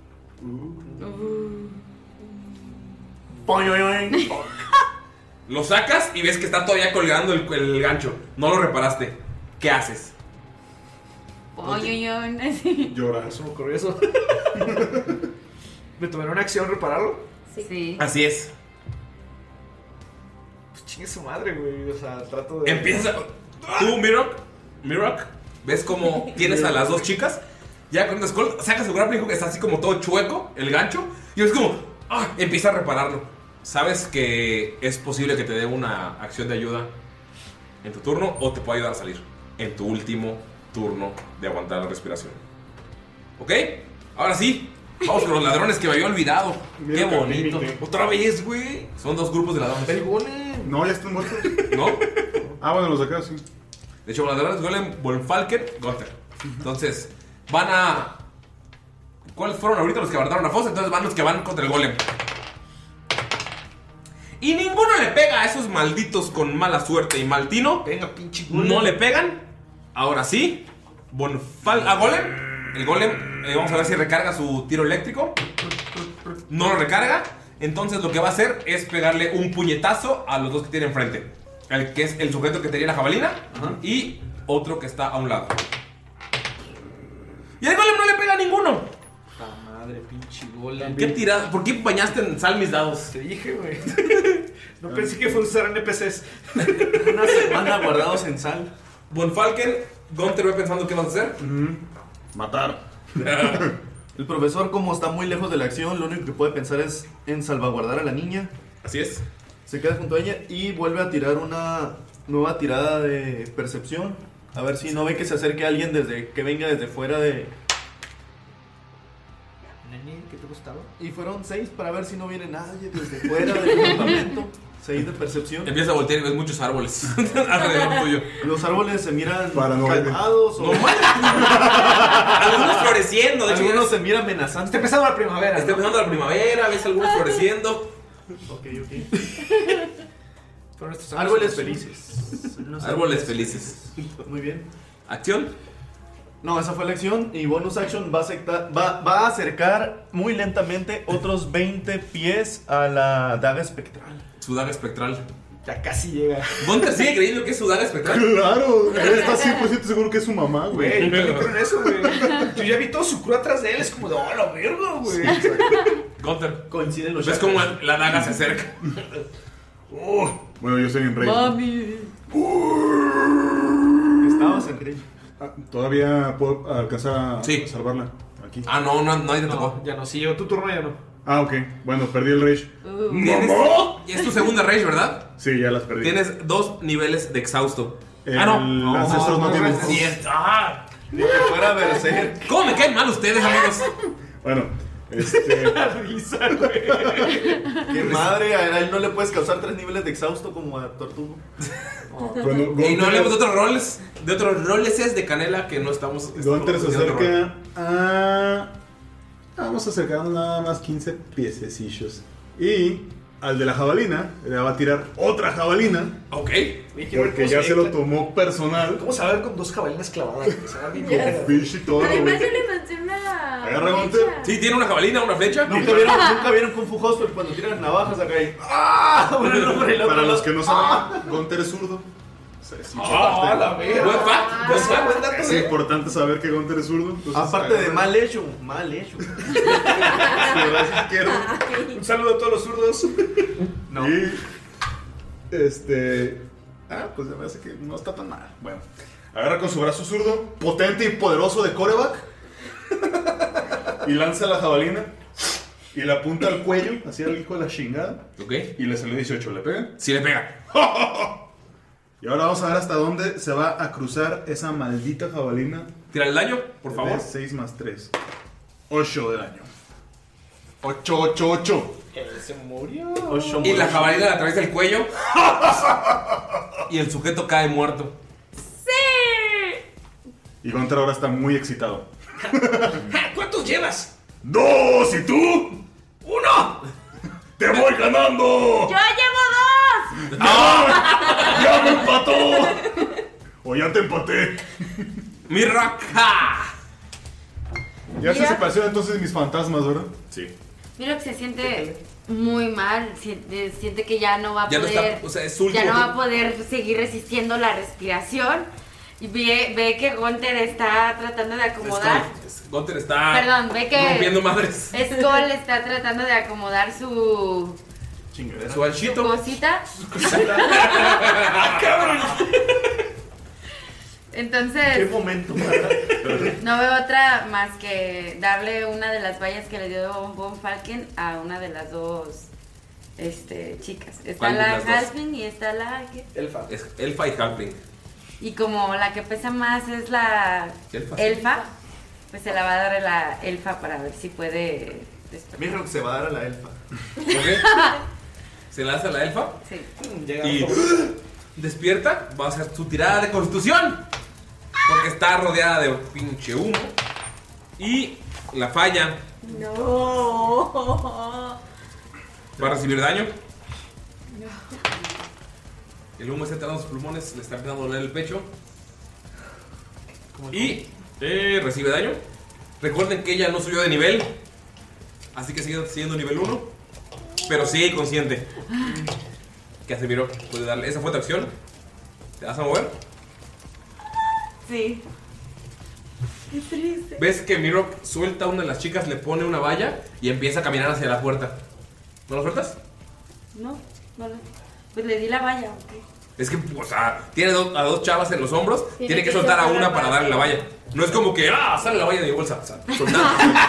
Lo sacas y ves que está todavía colgando el, el gancho. No lo reparaste. ¿Qué haces? Oye, yo, sí. Llora. Eso me ocurrió eso. ¿Me tomaré una acción repararlo? Sí. Así es. Pues chingue su madre, güey. O sea, trato de. Empieza. Tú, Mirok, Mirok, ves como tienes a las dos chicas. Ya con el Skull, sacas el grappling hook, está así como todo chueco, el gancho. Y ves como. ¡Ah! Empieza a repararlo. Sabes que es posible que te dé una acción de ayuda en tu turno o te pueda ayudar a salir en tu último turno de aguantar la respiración. ¿Ok? Ahora sí, vamos con los ladrones que me había olvidado. Mira Qué que bonito. límite. Otra vez, güey. Son dos grupos de ladrones. El golem. No, ya están muertos. ¿No? Ah, bueno, los de acá, sí. De hecho, los ladrones Golem, Volfalken, Gunther. Entonces, van a. ¿Cuáles fueron ahorita los que abardaron a Foss? Entonces van los que van contra el Golem. Y ninguno le pega a esos malditos con mala suerte y mal tino. Venga, pinche golem. No le pegan. Ahora sí. Bonfal a Golem. El Golem, eh, vamos a ver si recarga su tiro eléctrico. No lo recarga. Entonces lo que va a hacer es pegarle un puñetazo a los dos que tiene enfrente. El que es el sujeto que tenía la jabalina. Ajá. Y otro que está a un lado. Y el Golem no le pega a ninguno. Puta madre, pinche golem. ¿Qué tirada? ¿Por qué bañaste en sal mis dados? Te dije, güey. No pensé que fuera usar N P Cs. Una semana guardados en sal. Bonfalken, Gunther va pensando qué vas a hacer. Matar. El profesor, como está muy lejos de la acción, lo único que puede pensar es en salvaguardar a la niña. Así es. Se queda junto a ella y vuelve a tirar una nueva tirada de percepción. A ver si no ve que se acerque alguien desde que venga desde fuera de. Nene, ¿qué te gustaba? Y fueron seis para ver si no viene nadie desde fuera del campamento. Seis de percepción. Empieza a voltear y ves muchos árboles alrededor tuyo. Los árboles se miran Paranoide. calmados o Algunos floreciendo, de hecho. algunos se miran amenazantes. Está empezando la primavera. Está ¿no? empezando la primavera, ves algunos floreciendo. Ok, ok. Fueron estos Árboles años. felices. Unos Árboles felices. Muy bien. ¿Acción? No, esa fue la acción. Y bonus action va a, aceptar- va, va a acercar muy lentamente otros veinte pies a la daga espectral. Su daga espectral. Ya casi llega. Gunter sigue creyendo que es su daga espectral. Claro, él está cien por ciento seguro que es su mamá, Güey, güey. yo no creo en eso, güey. Yo ya vi todo su crew atrás de él. Es como de, oh, la verga, güey. Gunter, Coinciden los ves chakras. cómo la daga se acerca. Oh, bueno, yo soy en rey. Mami. Estabas en Grey. Ah, Todavía puedo alcanzar a, Sí. a salvarla. Aquí. Ah, no, no, nadie te No, tocó. ya no. Si llegó tu turno, ya no. Ah, ok. Bueno, perdí el rage. Tienes- Y es tu segunda rage, ¿verdad? Sí, ya las perdí. Tienes dos niveles de exhausto. El ah, no. ancestros no, tienen. es cierto. Ah, Ni que fuera Berserk. ¿Cómo me caen mal ustedes, amigos? Bueno, este. Risa, güey. Qué madre, a él no le puedes causar tres niveles de exhausto como a Tortugo. Bueno, Y no Gunter- hablemos de otros roles, de otros roles de canela que no estamos. Gunter se estamos haciendo rol. acerca a. Vamos a acercarnos nada más quince piececillos. Y al de la jabalina le va a tirar otra jabalina. Ok. Porque ya se lo tomó personal. ¿Cómo se va a ver con dos jabalinas clavadas? Se va bien Ya verga. Fish y todo, Además güey. yo le lancé una Agarra, flecha. Gunter. Sí, tiene una jabalina, una flecha. ¿Nunca vieron, nunca vieron Kung Fu Hustle cuando tiran las navajas acá y. ¡Ah! Uno el hombre y el otro Para el los otro. que no saben, Gunter es zurdo. O sea, es ¡Ah, importante- la verga! Buen fact, buen fact. Buen dato, Es güey. importante saber que Gunter es zurdo. entonces, Aparte de agarra mal hecho, mal hecho. su brazo izquierdo. Un saludo a todos los zurdos. No. Y. Este. Ah, pues me parece que no está tan mal. Bueno, agarra con su brazo zurdo, potente y poderoso de coreback. Y lanza la jabalina. Y la apunta al cuello, así al hijo de la chingada. Ok. Y le salió dieciocho, ¿le pega? Sí le pega. Y ahora vamos a ver hasta dónde se va a cruzar esa maldita jabalina. Tira el daño, por favor. seis más tres. ocho de daño. ocho, ocho, ocho. Él se murió. Ocho Y la moros. jabalina le atraviesa el cuello. Y el sujeto cae muerto. ¡Sí! Y Gunter ahora está muy excitado. Ja, ¿cuántos llevas? ¡Dos! ¿Y tú? ¡Uno! ¡Te voy ganando! ¡Yo llevo dos! ¡Ya me empató! O ya te empaté. Mi raca. Ya se Mira. separaron entonces mis fantasmas, ¿verdad? Sí. Mira que se siente muy mal, siente, siente que ya no va a Ya no poder, está, o sea, es su último ya no va a turno. poder seguir resistiendo la respiración. Y ve, ve que Gunter está tratando de acomodar. Gunter está Perdón, ve que rompiendo madres. Skull está tratando de acomodar su, Chingadera. Su su anchito. cosita. ¿Qué Entonces, momento? no veo otra más que darle una de las vallas que le dio Von Falken a una de las dos este, chicas. Está ¿Cuál de la las dos? Halfling y está la... ¿qué? Elfa. Es Elfa y Halfling. Y como la que pesa más es la Elfa. elfa, pues se la va a dar a la elfa para ver si puede despertar. Mira lo que se va a dar a la elfa. ¿Ok? Se lanza la elfa Sí. Llega y a despierta. Va a hacer su tirada de constitución. Porque está rodeada de pinche humo. Y la falla. No. Va a recibir daño. El humo está entrando en sus pulmones. Le está empezando a doler el pecho. Y eh, recibe daño. Recuerden que ella no subió de nivel. Así que sigue siendo nivel uno. Pero sigue consciente. ¿Qué hace Miro? Puede darle. Esa fue tu acción. ¿Te vas a mover? Sí. Qué triste. Ves que Miro suelta a una de las chicas, le pone una valla y empieza a caminar hacia la puerta. ¿No lo sueltas? No, no, no. Pues le di la valla, ok. Es que, o sea, tiene do- a dos chavas en los hombros, tiene, Tiene que, que soltar a soltar una la para valla. darle la valla. No es como que, ah, sale la valla de mi bolsa. O sea, soltando.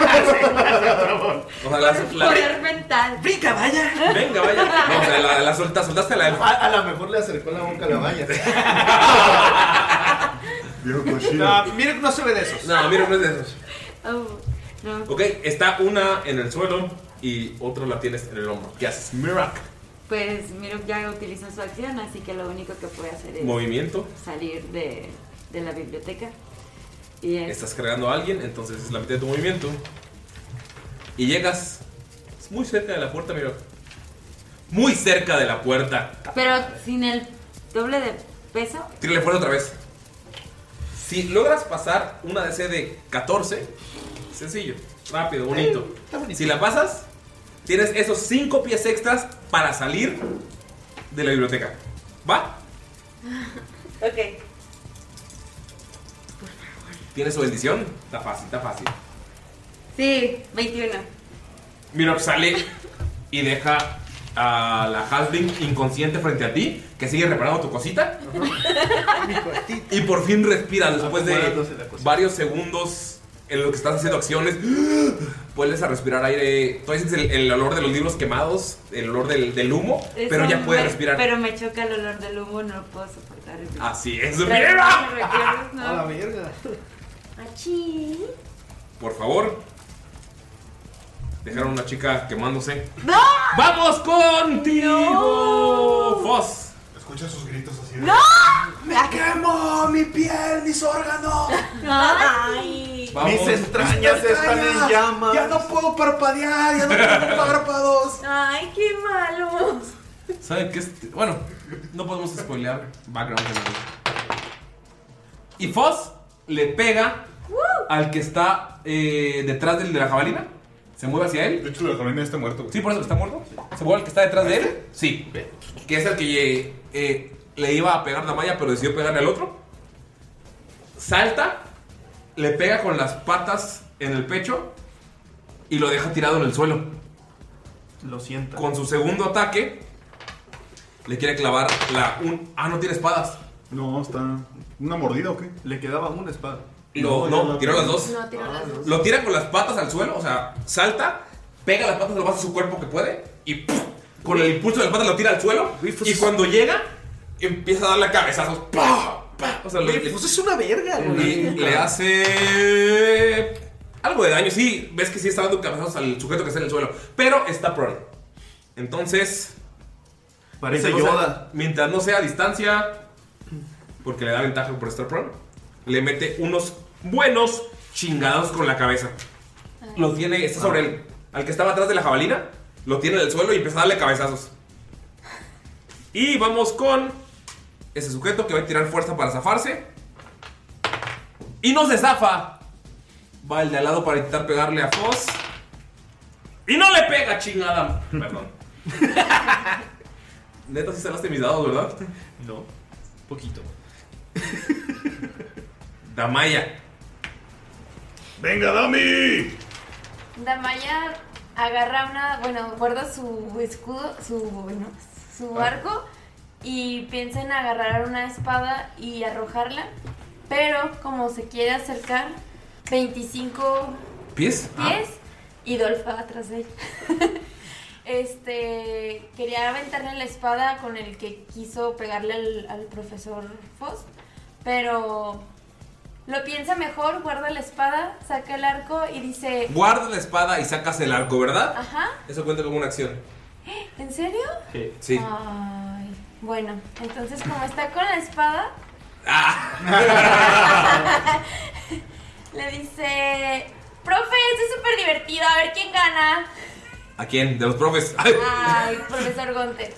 O sea, la, la- Poder mental. ¡Brinca, vaya! venga, vaya. No, o sea, la, la solta, soltaste a la elfa. A, a lo mejor le acercó la boca a la valla. Dijo Koshiro. No, miren, no se ve de esos. No, mira, no es de esos. Oh, no. Ok, está una en el suelo y otra la tienes en el hombro. ¿Qué haces? Mirak. Pues Mirok ya utiliza su acción, así que lo único que puede hacer es Movimiento. salir de, de la biblioteca. Y es- Estás cargando a alguien, entonces es la mitad de tu movimiento. Y llegas muy cerca de la puerta, Mirak. Muy cerca de la puerta. Pero sin el doble de peso. Tírale fuerza otra vez. Si logras pasar una D C de catorce, sencillo, rápido, bonito. Si la pasas, tienes esos cinco pies extras para salir de la biblioteca. ¿Va? Ok. ¿Tienes su bendición? Está fácil, está fácil. Sí, veintiuno. Mirok sale y deja a la Halfling inconsciente frente a ti, que sigue reparando tu cosita. Y por fin respira después de varios segundos en lo que estás haciendo acciones. Vuelves a respirar aire. Todavía sientes el, el olor de los libros quemados, el olor del, del humo, Eso pero ya puedes me- respirar. Pero me choca el olor del humo, no lo puedo soportar. Así es, Pero mira. no me recuerdas, no. A la verga. Achí. Por favor. Dejaron una chica quemándose. ¡No! ¡Vamos contigo! Foz. Escucha sus gritos así de... ¡No! ¡Me quemo! ¡Mi piel! ¡Mis órganos! Ay. Vamos. ¡Mis entrañas están en llamas! Ya no puedo parpadear, ya no tengo párpados. Ay, qué malos. ¿Saben qué? Este- Bueno, no podemos spoilear background. Y Foz le pega al que está eh, detrás del de la jabalina. Se mueve hacia él. De hecho, la jabalina está muerto. Sí, por eso que está muerto. Se mueve al que está detrás de él. Sí. Que es el que eh, le iba a pegar la malla, pero decidió pegarle al otro. Salta, le pega con las patas en el pecho y lo deja tirado en el suelo. Lo siento. Con su segundo ataque, le quiere clavar la... Un, ah, no tiene espadas. No, está... ¿Una mordida o qué? Le quedaba una espada. Lo, no, tiró las dos. No, tiró las dos. Lo tira con las patas al suelo, o sea, salta, pega las patas lo más a su cuerpo que puede y ¡puf! Con el impulso de las patas lo tira al suelo. Y cuando llega, empieza a darle cabezazos. ¡Pah! ¡Pah! O sea, le, Pues es una verga, y güey. le hace algo de daño. Sí, ves que sí está dando cabezazos al sujeto que está en el suelo, pero está prone. Entonces, Parece mientras no Yoda. sea- mientras no sea a distancia, porque le da ventaja por estar prone, le mete unos buenos chingados con la cabeza. Lo tiene, está sobre él. Al que estaba atrás de la jabalina, lo tiene en el suelo y empieza a darle cabezazos. Y vamos con ese sujeto que va a tirar fuerza para zafarse. Y no se zafa. Va el de al lado para intentar pegarle a Foz. Y no le pega, chingada. Perdón. Neta, sí salaste mis dados, ¿verdad? No, poquito. Damaya. ¡Venga, Dami! Damaya agarra una, bueno, guarda su escudo, su, bueno, su arco y piensa en agarrar una espada y arrojarla, pero como se quiere acercar, veinticinco ¿Pies? pies y Dolph va atrás de él. Este, quería aventarle la espada con el que quiso pegarle al, al profesor Foz, pero lo piensa mejor, guarda la espada, saca el arco y dice... Guarda la espada y sacas el arco, ¿verdad? Ajá, Eso cuenta como una acción. ¿en serio? Sí. Ay, bueno, entonces como está con la espada, le dice, profe, esto es súper divertido, a ver quién gana. ¿A quién? De los profes. Ay. Ay, profesor Gonte.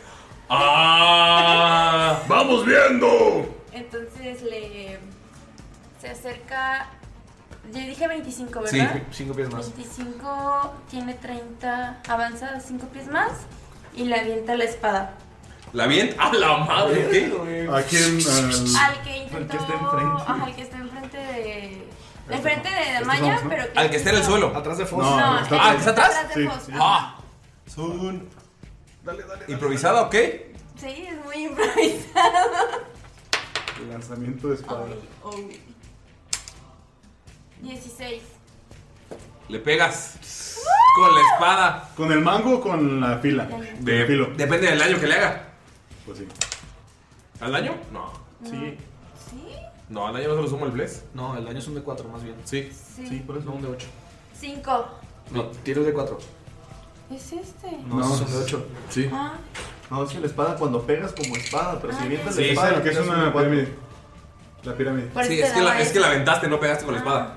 ¡Ah! ¡Vamos viendo! Entonces le se acerca, yo dije veinticinco, Sí, ¿verdad? Cinco pies más. veinticinco, tiene treinta, avanza cinco pies más y le avienta la espada. ¿La bien? ¡A la madre! ¿Qué? ¿A quién? Al- Al que intentó, que está enfrente. ajá, al que está enfrente de, enfrente de Damaya, Fox, ¿no? pero que Al que está en el quiso- suelo. Atrás de Foz. No, No, está el Ah, que ¿está atrás? de Sí, Foz. sí. ¡Ah! Son... Dale, dale. ¿Improvisada o qué? Sí, es muy improvisado. El lanzamiento de espada. Ay, oh. dieciséis. Le pegas con la espada. ¿Con el mango o con la fila? De- el filo. Depende del daño que le haga. Pues sí. ¿Al daño? No. Sí. ¿Sí? No, al daño no se lo suma el Bless. No, el daño es un de cuatro más bien. Sí. Sí. Sí, por eso no un de ocho. Cinco. No, tiro de cuatro. ¿Es este? No, No, es un de ocho. Sí. Ah. No, es que la espada cuando pegas como espada, pero si Ah, avientas sí, la espada, Sí, que es tiras un una de cuatro. pirámide. La pirámide. Por Sí, eso es te que, daba la, es eso. que la aventaste, no pegaste con la espada.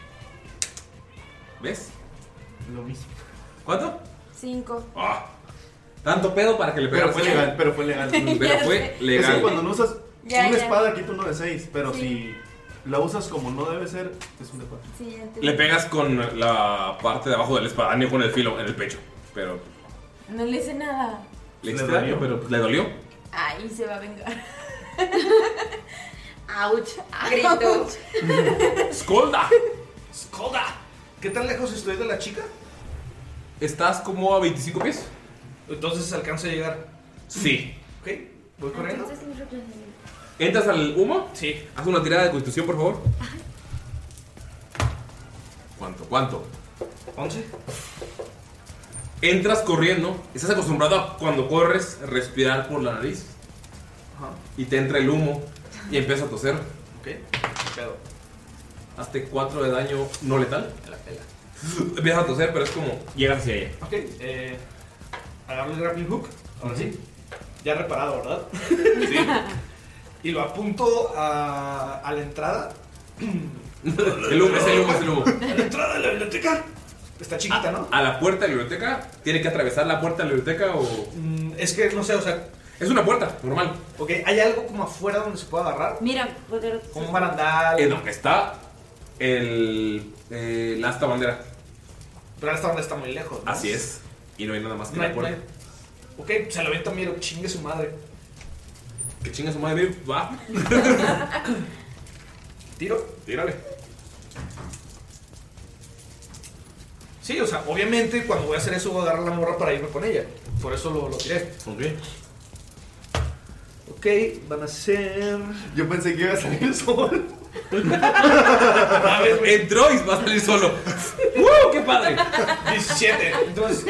¿Ves? Lo mismo. ¿Cuánto? Cinco. Ah, tanto pedo para que le Pero pegas. fue legal, pero fue legal. Pero fue Es que legal. cuando no usas Ya, una ya. espada quita uno de seis, pero Sí. si la usas como no debe ser, es un de cuatro. Sí, ya entendí. Le pegas con la parte de abajo del espadaño con el filo en el pecho. Pero No le hice nada. le Le extraño, dolió. pero le dolió. Ay, se va a vengar. ¡Auch! Grito. ¡Skolda! ¡Skolda! ¿Qué tan lejos estoy de la chica? ¿Estás como a veinticinco pies? Entonces alcanzo a llegar. Sí. Ok, voy corriendo. Entonces, mi representación. ¿Entras al humo? Sí. Haz una tirada de constitución, por favor. ¿Cuánto? ¿Cuánto? once. Entras corriendo. Estás acostumbrado a cuando corres respirar por la nariz. Ajá. Y te entra el humo y empiezas a toser. Ok, pedo. Hazte cuatro de daño no letal. Me la pela. Empiezas a toser, pero es como llegas hacia ella. Ok, eh. Agarro el grappling hook. Ahora sí. Ya reparado, ¿verdad? Sí. Y lo apunto a, a la entrada. El humo, es el humo, es el humo. A la entrada de la biblioteca. Está chiquita, ¿no? A la puerta de la biblioteca. ¿Tiene que atravesar la puerta de la biblioteca o...? Mm, es que no sé, o sea. Es una puerta, normal. Ok, ¿hay algo como afuera donde se pueda agarrar? Mira, poder. Como un barandal. Eh, no, está el... Eh, la asta bandera. Pero hasta donde está muy lejos, ¿no? Así es. Y no hay nada más que No la hay, no puerta. hay. Ok, se lo avienta a Miro, chingue su madre. Que chinga su madre, va. ¿Tiro? Tírale. Sí, o sea, obviamente cuando voy a hacer eso voy a agarrar la morra para irme con ella. Por eso lo, lo tiré. Ok. Ok, van a ser... Yo pensé que iba a salir el sol. Entró y va a salir solo. ¡Uh, qué padre! diecisiete. Entonces,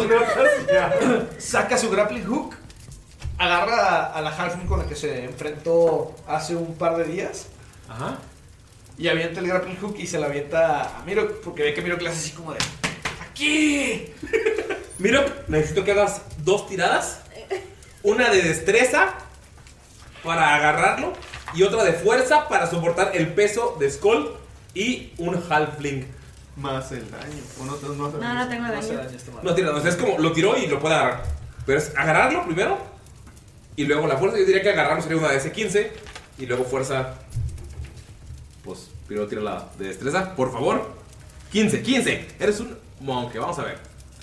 saca su grappling hook, agarra a, a la halfling con la que se enfrentó hace un par de días Ajá. y avienta el grappling hook y se la avienta a Miro, porque ve que Miro clase así como de... ¡Aquí! Mira, necesito que hagas dos tiradas. Una de destreza para agarrarlo y otra de fuerza para soportar el peso de Skull y un halfling. Más el daño. ¿O no, no, no, No, no tengo No se daño. daña esta madre. No tira, o sea, es como lo tiró y lo puede agarrar. Pero es agarrarlo primero y luego la fuerza. Yo diría que agarrarlo sería una de ese quince y luego fuerza. Pues primero tira la de destreza, por favor. quince, quince. Eres un monje, vamos a ver.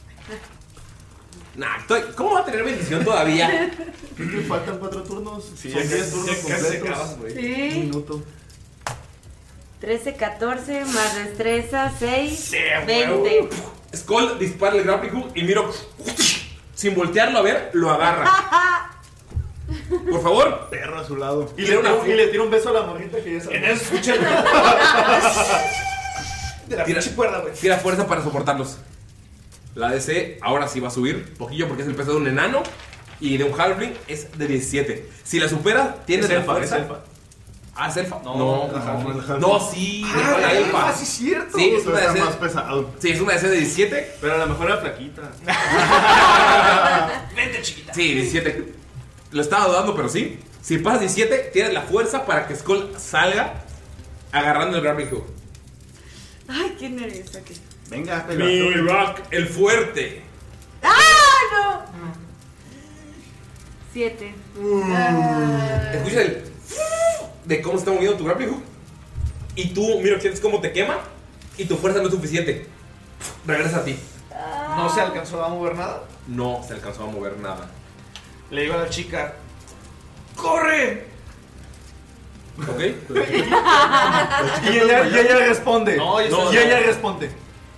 Nah, estoy, ¿cómo va a tener bendición todavía? Creo que faltan cuatro turnos. Sí, Son ya diez casi- turnos ya casi se completos. acaban, güey. Un Sí. minuto. trece, catorce, más destreza, seis, Sí, veinte. Skull dispara el grappling hook y Miro, sin voltearlo a ver, lo agarra. Por favor. Perro a su lado. Y, Tira le, una tiro- fu- y le tiro un beso a la morrita que ya En sabe. eso escucha el... de la Tira- pinche cuerda, güey. Tira fuerza para soportarlos. La D C ahora sí va a subir poquillo porque es el peso de un enano y de un halfling es de diecisiete. Si la supera, tienes Es la elfa, fuerza. es elfa. Ah, es elfa. No, No, es la no, halfling. no, no, sí, Ah, la elfa. ah, sí, es cierto. Sí, es Eso una está D C. más pesado. Sí, es una D C de diecisiete. Pero a lo mejor era flaquita. Vente, chiquita. Sí, diecisiete. Lo estaba dudando, pero sí. Si pasas diecisiete, tienes la fuerza para que Skull salga agarrando el grappling hook. Ay, qué nerviosa que. Venga, Mi pelotón. rock, el fuerte. ¡Ah, no! Siete. Escucha el de cómo se está moviendo tu grappling hook. Y tú, mira, sientes cómo te quema. Y tu fuerza no es suficiente. Regresa a ti. No se alcanzó a mover nada. No se alcanzó a mover nada. Le digo a la chica: ¡corre! ¿Ok? Y ella, y ella responde. No, yo No, y no. ella responde.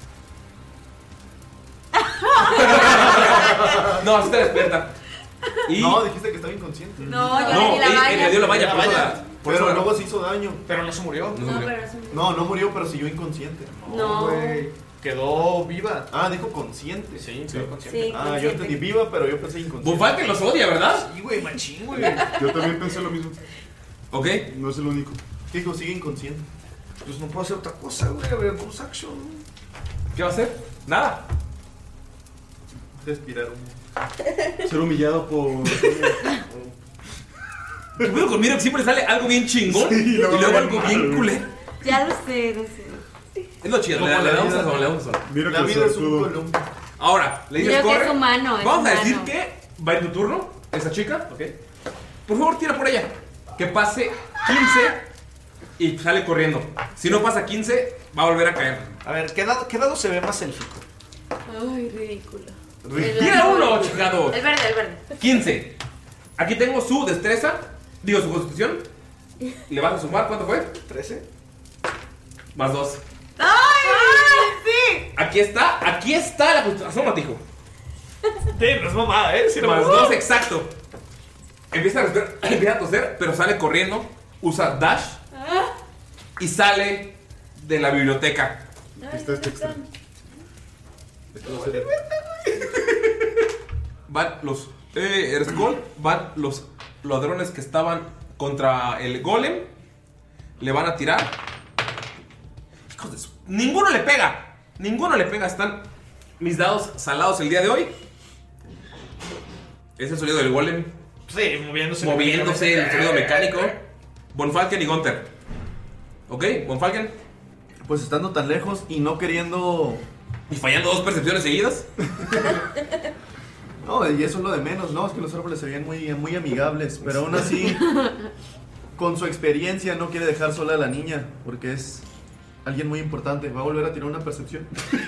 No, se te despierta. Y No, dijiste que estaba inconsciente. No, yo no, le di la él- valla. él le dio la valla, La por eso valla. la- por Pero eso la- luego se hizo daño. Pero no se murió. No se No, murió. pero es un... No, no murió, pero siguió inconsciente. No. güey. Quedó viva. Ah, dijo consciente. Sí, quedó consciente. Sí, Ah, yo consciente. entendí viva, pero yo pensé inconsciente. Bonfalken los odia, ¿verdad? Sí, güey, machín, güey. Yo también pensé lo mismo. Ok. No es el único. Hijo, sigue inconsciente. Pues no puedo hacer otra cosa, güey. A ver, bonus action. ¿Qué va a hacer? Nada. Respirar. Ser humillado por... ¿Qué pedo con Miro? Que siempre sale algo bien chingón Sí, y luego luego bien algo mal, bien güey. culero. Ya lo sé, lo sé. Es lo chido, Como le, le la damos vida. a razón, le damos a razón. Mira La que vida es un suertudo. columpio. Ahora, le dices Creo que corre. es humano, es Vamos a decir humano. que va en tu turno, esa chica, ¿ok? Por favor, tira por ella. Que pase quince y sale corriendo. Si no pasa quince, va a volver a caer. A ver, ¿qué dado, qué dado se ve más élfico? Ay, ridículo. Tira uno, chingado. El verde, el verde. quince. Aquí tengo su destreza, digo su constitución. Le vas a sumar, ¿cuánto fue? ¿trece? Más dos. ¡Ay! ¡Sí! Aquí está, aquí está la constitución. Asómate, hijo. De, no es mamada, ¿eh? Sí, no Más es dos, exacto. Empieza a respirar, empieza a toser, pero sale corriendo. Usa dash y sale de la biblioteca. Aquí está este extra. Van los. Eh, eres gol. Van los ladrones que estaban contra el golem. Le van a tirar. Hijos de su- Ninguno le pega. Ninguno le pega. Están mis dados salados el día de hoy. Es el sonido del golem. Sí, moviéndose. Moviéndose, el sonido mecánico. Von Falken y Gunther. ¿Ok? Von Falken. Pues estando tan lejos y no queriendo... Y fallando dos percepciones seguidas. No, y eso es lo de menos, ¿no? Es que los árboles se veían muy, muy amigables, pero aún así, con su experiencia no quiere dejar sola a la niña, porque es alguien muy importante. Va a volver a tirar una percepción.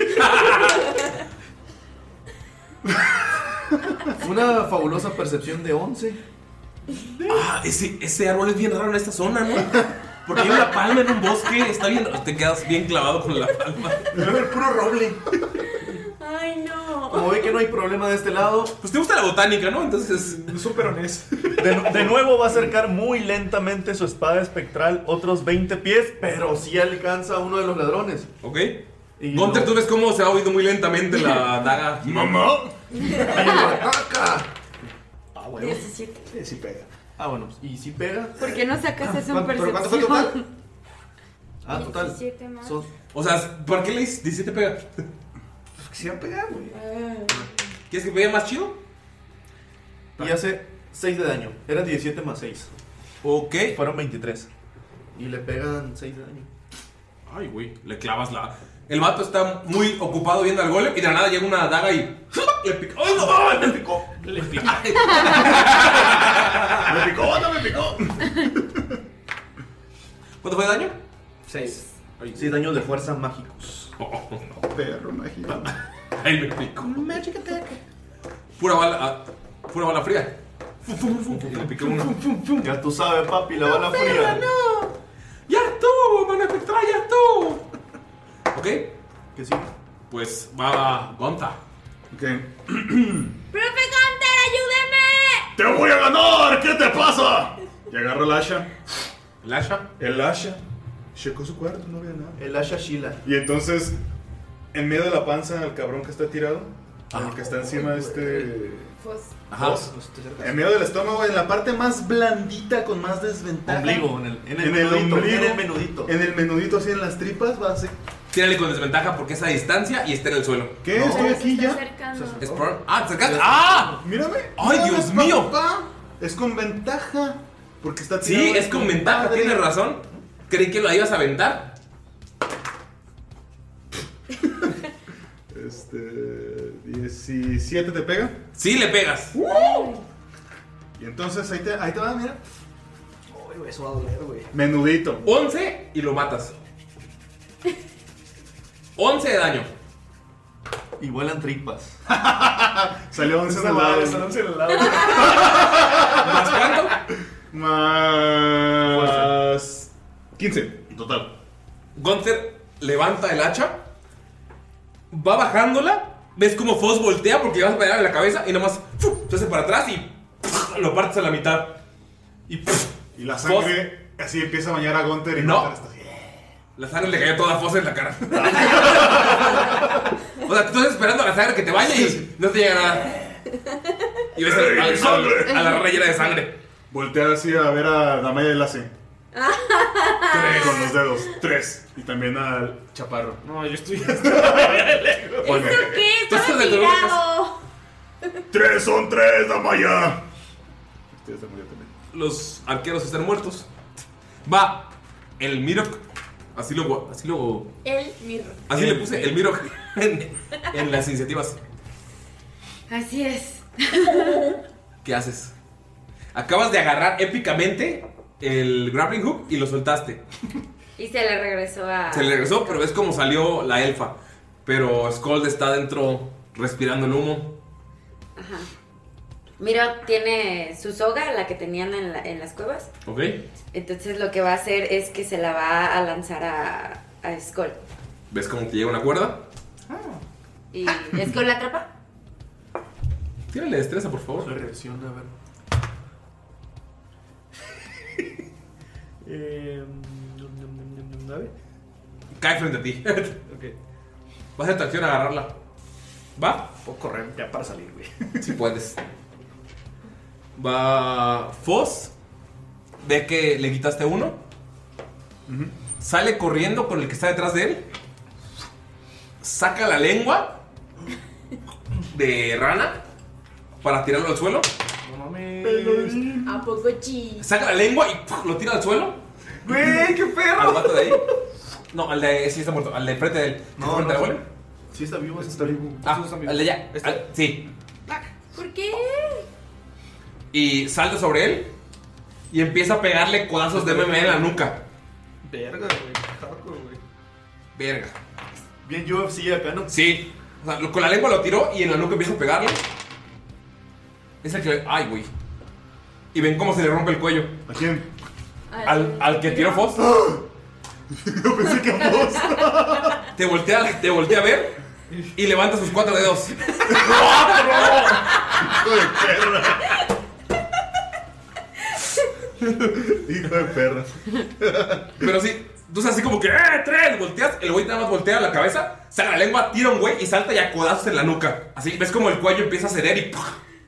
Una fabulosa percepción de once. Ah, ese, ese árbol es bien raro en esta zona, ¿no? Porque hay una palma en un bosque. Está bien. Te quedas bien clavado con la palma. El puro roble. Ay, no. Como ve que no hay problema de este lado, Pues te gusta la botánica, ¿no? Entonces. Súper honesto. de, de nuevo va a acercar muy lentamente su espada espectral otros veinte pies, pero sí alcanza a uno de los ladrones. Ok. Y Gunther, lo- tú ves cómo se va moviendo muy lentamente la daga. ¡Mamá! y lo ataca. Ah, bueno. diecisiete. Sí, sí pega. Ah, bueno, y si pega. ¿Por qué no sacas eso en ¿Cuánto- pero cuánto percepción? fue total? Ah, total. diecisiete más. Son- O sea, ¿por qué le dices diecisiete pega? Pues quisiera pegar, güey. Ah. ¿Quieres que pegue más chido? y hace seis de daño. Era diecisiete más seis. Ok. Fueron veintitrés. Y le pegan seis de daño. Ay, güey. Le clavas la. El vato está muy ocupado viendo al golem y de la nada llega una daga y. Le pica. ¡Ay, no! ¡Ay, me picó! Le pica. ¡Me picó, no me picó! ¿Cuánto fue de daño? Seis. Sí, daños de fuerza mágicos. Oh, Perro mágico. ay, me picó. Pura bala. ah, pura bala fría. Fum, fum, fum, y le piqué uno. Ya tú sabes, papi, la bala fría. ¡Ya estuvo, mano espectral! ¡Ya estuvo! ¿Ok? Que sí. Pues va Gonta. Ok. ¡Profe Gunter, ayúdeme! ¡Te voy a ganar! ¿Qué te pasa? Y agarra el hacha. ¿El Asha? El hacha. Checó su cuarto, no había nada. El Asha Sheila. Y entonces, en medio de la panza al cabrón que está tirado, el que está encima de este... Pues, Ajá. Dos. En medio del estómago, en la parte más blandita, con más desventaja. Ombligo, en el, en el En el menudito. ombligo. En el menudito. En el menudito, así en las tripas, va a ser... Tírale con desventaja porque es a distancia y está en el suelo. ¿Qué? No. Estoy se aquí está ya. acercando. Es por... Ah, te acercaste. ¡Ah! Mírame. ¡Ay, Mírame, Dios mío! papá. Es con ventaja. Porque está Sí, tirado es con ventaja, padre. tienes razón. Creí que lo ibas a aventar. Este... diecisiete te pega. Sí, le pegas. Y entonces ahí te, ahí te va, mira. Ay, güey, eso va a doler, güey. Menudito. once y lo matas. once de daño. Y vuelan tripas. Salió once en el Esa lado. madre, esa once en el lado. ¿Más cuánto? Más... quince en total. Gunther levanta el hacha. Va bajándola. Ves como Foss voltea porque le vas a pegar en la cabeza y nomás ¡fu! Se hace para atrás y ¡puf! Lo partes a la mitad. Y ¡puf! Y la sangre así empieza a bañar a Gunther y No. Gunther está así. La sangre le cayó toda a Foss en la cara. O sea, tú estás esperando a la sangre que te bañe y no te llega nada. Y ves al- al- al- a la raya llena de sangre. Voltea así a ver a Damaya y le hace. Tres con los dedos. Tres. Y también al chaparro. No, yo estoy. ¿Eso qué? Estaba tirado. Tres son tres, Damaya. Este ya se murió también. Los arqueros están muertos. Va el Mirok. Así lo. Así lo. El mirro. Así le puse el Mirok en, en las iniciativas. Así es. ¿Qué haces? Acabas de agarrar épicamente el grappling hook y lo soltaste. Y se le regresó a... Se le regresó, pero ves cómo salió la elfa. Pero Skold está dentro respirando el humo. Ajá. Miro tiene su soga, la que tenían en, la, en las cuevas. Ok. Entonces lo que va a hacer es que se la va a lanzar a, a Skold. ¿Ves cómo te llega una cuerda? ¿Y Skold la atrapa? Tírale destreza, por favor. La reacción, a ver. eh, ¿nueve? Cae frente a ti. Ok. Vas a hacer tu acción a agarrarla. ¿Va? Puedo correr ya para salir, güey. Si puedes. Va Foz. Ve que le quitaste uno. Uh-huh. Sale corriendo con el que está detrás de él. Saca la lengua de rana para tirarlo al suelo. No mames. ¿A poco chi? Saca la lengua y ¡puf! Lo tira al suelo. Güey, qué perro. Al vato de ahí. No, al de sí está muerto. Al de frente de él. No, no, no, no. no. Sí está vivo, está vivo. Ah, al de allá. Al, sí. ¿Por qué? Y salta sobre él y empieza a pegarle codazos de M M A en la nuca. Verga, güey. Hardcore, güey. Verga. Bien U F C acá, ¿no? Sí. O sea, con la lengua lo tiró y en la nuca empieza a pegarle. Es el que... Ay, güey. Y ven cómo se le rompe el cuello. ¿A quién? Al, al que tiró Foz. Yo pensé que a Foz. Te voltea, te voltea a ver y levanta sus cuatro dedos. ¡Hijo de perra! Hijo de perra. Pero sí, tú sabes así como que ¡eh, tres! Volteas, el güey nada más voltea la cabeza, saca la lengua, tira un güey y salta ya codazos en la nuca. Así, ves como el cuello empieza a ceder y ¡puf!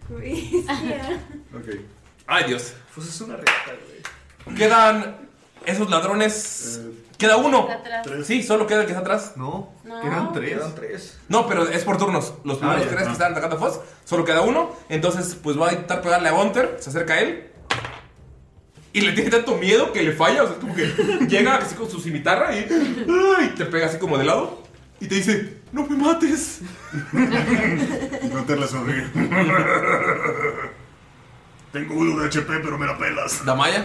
Ok. Ay, Dios. Pues es una reata, güey. Quedan esos ladrones. Eh, queda uno. Atrás. Sí, solo queda el que está atrás. No, No. quedan tres. Quedan tres. No, pero es por turnos. Los primeros Ah, ya, tres ah. que están atacando a Foz, solo queda uno. Entonces, pues va a intentar pegarle a Gunter. Se acerca a él. Y le tiene tanto miedo que le falla. O sea, es como que llega así con su cimitarra y, y te pega así como de lado. Y te dice, no me mates. Gunter le sonríe. Tengo uno de H P, pero me la pelas. Damaya.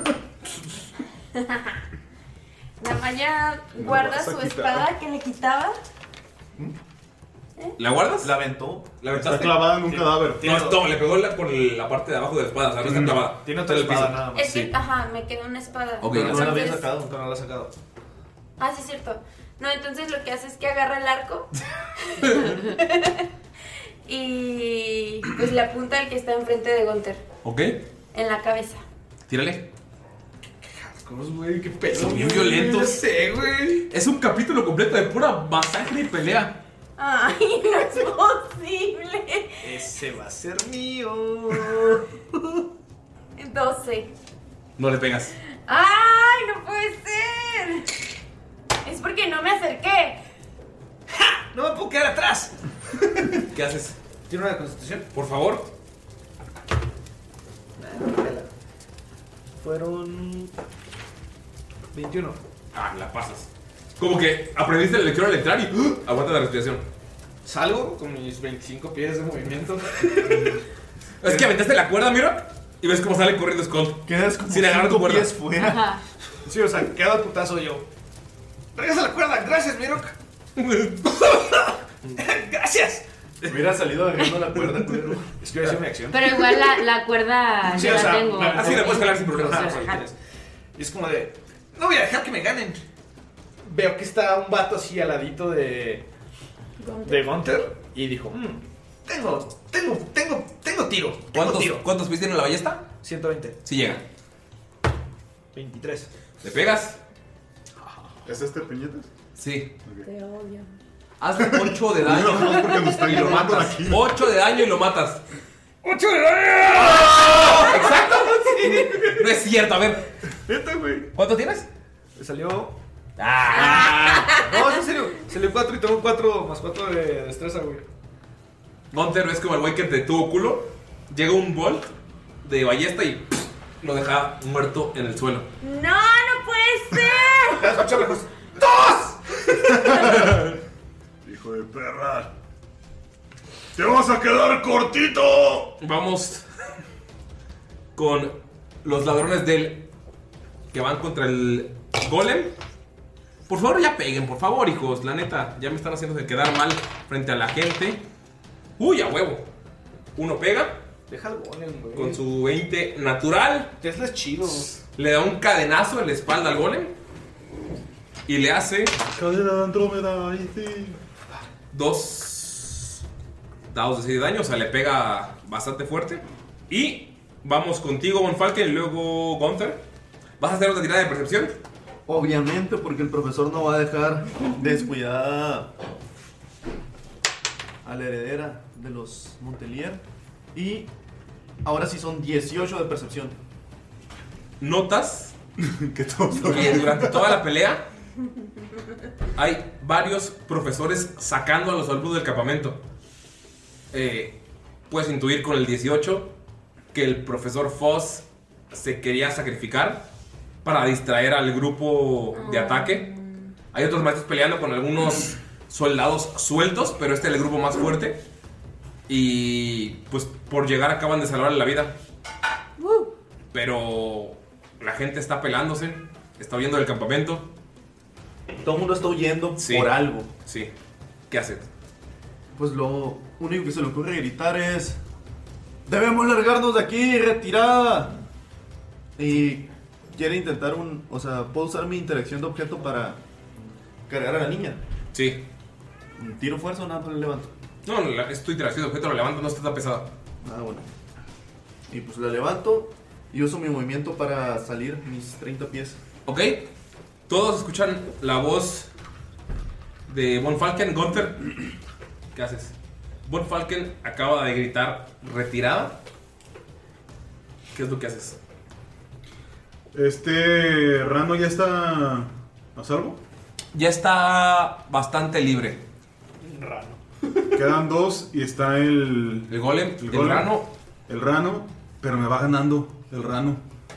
Damaya guarda su espada que le quitaba. ¿La guardas? La aventó. ¿La Está aventaste? clavada en un cadáver. No, no, le pegó la, por la parte de abajo de la espada. O sea, no está clavada. Tiene otra Está en el espada piso. nada más. Es que, Sí. ajá, me quedó una espada. Ok, Pero no la había Entonces- sacado. No, no la ha sacado. Ah, sí, es cierto. No, entonces lo que hace es que agarra el arco y pues le apunta al que está enfrente de Gunter Ok, en la cabeza. tírale. Güey, qué pedo. Son bien güey. violentos. Ya sé, güey. Es un capítulo completo de pura masacre y pelea. Ay, no es posible. Ese va a ser mío. doce. No le pegas. ¡Ay, no puede ser! Es porque no me acerqué. No me puedo quedar atrás. ¿Qué haces? ¿Tiene una constitución? Por favor. Fueron veintiuno. Ah, la pasas. Como que aprendiste la lección al entrar y ¡uh! Aguanta la respiración. Salgo con mis veinticinco pies de movimiento. Es que aventaste la cuerda, mira, y ves cómo sale corriendo Skull. Quedas como Sin agarrar tu cinco cuerda. pies fuera. Ajá. Sí, o sea, queda el putazo yo. Regresa la cuerda, gracias, Mirok. Gracias. Hubiera salido agarrando la cuerda, culero. Es que voy a hacer una acción. Pero igual la, la cuerda Sí, yo o la sea, tengo. la- Así la puedes jalar sin problema. Ajá, Ajá. sí, tienes. Y es como de, no voy a dejar que me ganen. Veo que está un vato así al ladito de de Gunter y dijo, "Mm, tengo, tengo, tengo, tengo tiro. Tengo ¿Cuántos, tiro. ¿Cuántos pies tiene la ballesta? ciento veinte. Sí llega. veintitrés. ¿Le pegas? ¿Es este Piñetas? Sí. Te odio. Hazle ocho de daño No, no, porque nos están y lo grabando matas. aquí. ocho de daño y lo matas. ¡Ocho de daño! ¿Exacto? No es cierto, a ver. Neta, güey. ¿Cuánto tienes? Me salió. ¡Ah! No, es en serio. Salió cuatro y tengo cuatro más cuatro de destreza, güey. Gunter ves como el güey que te tuvo culo. Llega un bolt de ballesta y pff, lo deja muerto en el suelo. ¡No, no puede ser! Escucha lejos. ¡Dos! Hijo de perra. ¡Te vas a quedar cortito! Vamos con los ladrones del que van contra el golem. Por favor, ya peguen, por favor, hijos. La neta, ya me están haciendo de quedar mal frente a la gente. Uy, a huevo. Uno pega. Deja el golem, güey. Con su veinte natural. Tesla es chido. Le da un cadenazo en la espalda al golem. Y le hace Cadena de Andrómeda, ahí sí. dos dados de seis de daño. O sea, le pega bastante fuerte. Y vamos contigo, Von Falken, y luego Gunther. ¿Vas a hacer otra tirada de percepción? Obviamente, porque el profesor no va a dejar descuidada a la heredera de los Montelier. Y ahora sí son dieciocho de percepción. Notas que, todos que durante toda la pelea hay varios profesores sacando a los alumnos del campamento. Eh, puedes intuir con el dieciocho que el profesor Foss se quería sacrificar para distraer al grupo de ataque. Hay otros maestros peleando con algunos soldados sueltos, pero este es el grupo más fuerte. Y pues por llegar acaban de salvarle la vida. Pero la gente está pelándose, está huyendo del campamento. Todo el mundo está huyendo Sí. por algo. Sí. ¿Qué haces? Pues lo único que se le ocurre gritar es: ¡debemos largarnos de aquí! ¡Retirada! Y quiere intentar un... O sea, ¿puedo usar mi interacción de objeto para cargar a la niña? Sí. ¿Tiro fuerza o nada? Pues le levanto. No, la- es tu interacción de objeto, lo levantas, no está tan pesada. Ah, bueno. Y pues la levanto y uso mi movimiento para salir mis treinta pies. Ok. Todos escuchan la voz de Von Falken. Gunther, ¿qué haces? Von Falken acaba de gritar retirada. ¿Qué es lo que haces? Este Rano ya está a salvo. Ya está bastante libre. Rano. Quedan dos y está el... El golem, el rano. El rano, pero me va ganando el rano.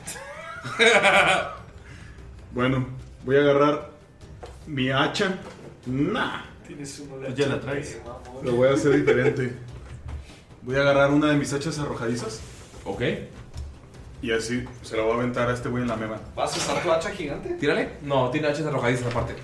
Bueno, voy a agarrar mi hacha. Nah. Tienes uno de Pues ya la traes. Lo voy a hacer diferente. Voy a agarrar una de mis hachas arrojadizas. Ok. Y así se la voy a aventar a este güey en la mema. ¿Vas a usar tu hacha gigante? Tírale. No, tiene hachas arrojadizas aparte.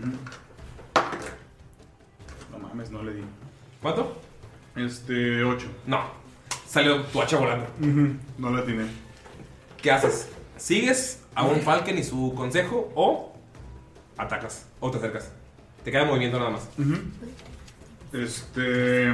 No mames, no le di. ¿Cuánto? Este, ocho. No. Salió tu hacha volando. Ujú, no la atiné. ¿Qué haces? ¿Sigues a un Falken y su consejo o atacas o te acercas? Te queda movimiento nada más. Ujú. Este.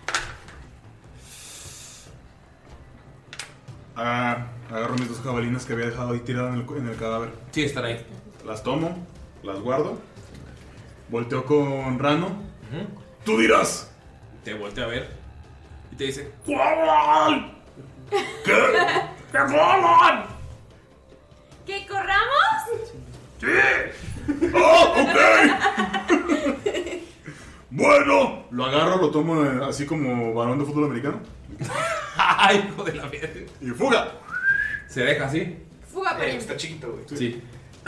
Ah, agarro mis dos jabalinas que había dejado ahí tiradas en el, en el cadáver. Sí, están ahí. Las tomo, las guardo. Volteo con Rano. Tú dirás. Te voltea a ver y te dice: ¡Corran! ¿Qué? ¡Que corran! ¿Que corramos? ¡Sí! ¡Oh, ok! Bueno, lo agarro, lo tomo eh, así como balón de fútbol americano. ¡Ay, hijo de la mierda! Y fuga. Se deja así. Fuga Eh, pariente. está chiquito, güey. Sí.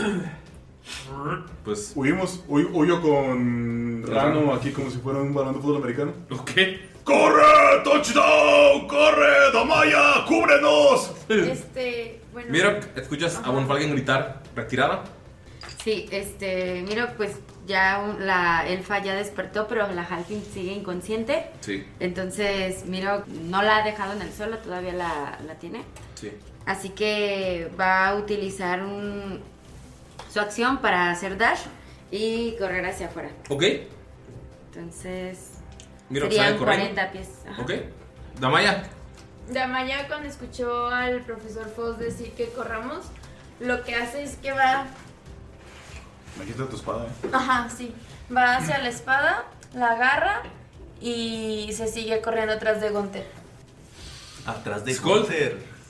Pues. Huimos, huy- huyo con Rano aquí como si fuera un balón de fútbol americano. Ok. ¡Corre! ¡Touchdown! ¡Corre! ¡Damaya! ¡Cúbrenos! Este, bueno. Mira, escuchas a Von Falken gritar retirada. Sí, este, mira, pues ya un- la elfa ya despertó, pero la Halfling sigue inconsciente. Sí, Entonces, mira, no la ha dejado en el suelo, todavía la, la tiene. sí. Así que va a utilizar un, su acción para hacer dash y correr hacia afuera. Ok. Entonces, Mira que serían sale corriendo. cuarenta pies. Ajá. Ok. Damaya. Damaya, cuando escuchó al profesor Foss decir que corramos, lo que hace es que va. Me quita tu espada, eh. Ajá, sí. Va hacia la espada, la agarra y se sigue corriendo atrás de Gunther. Atrás de Skull. Gunther.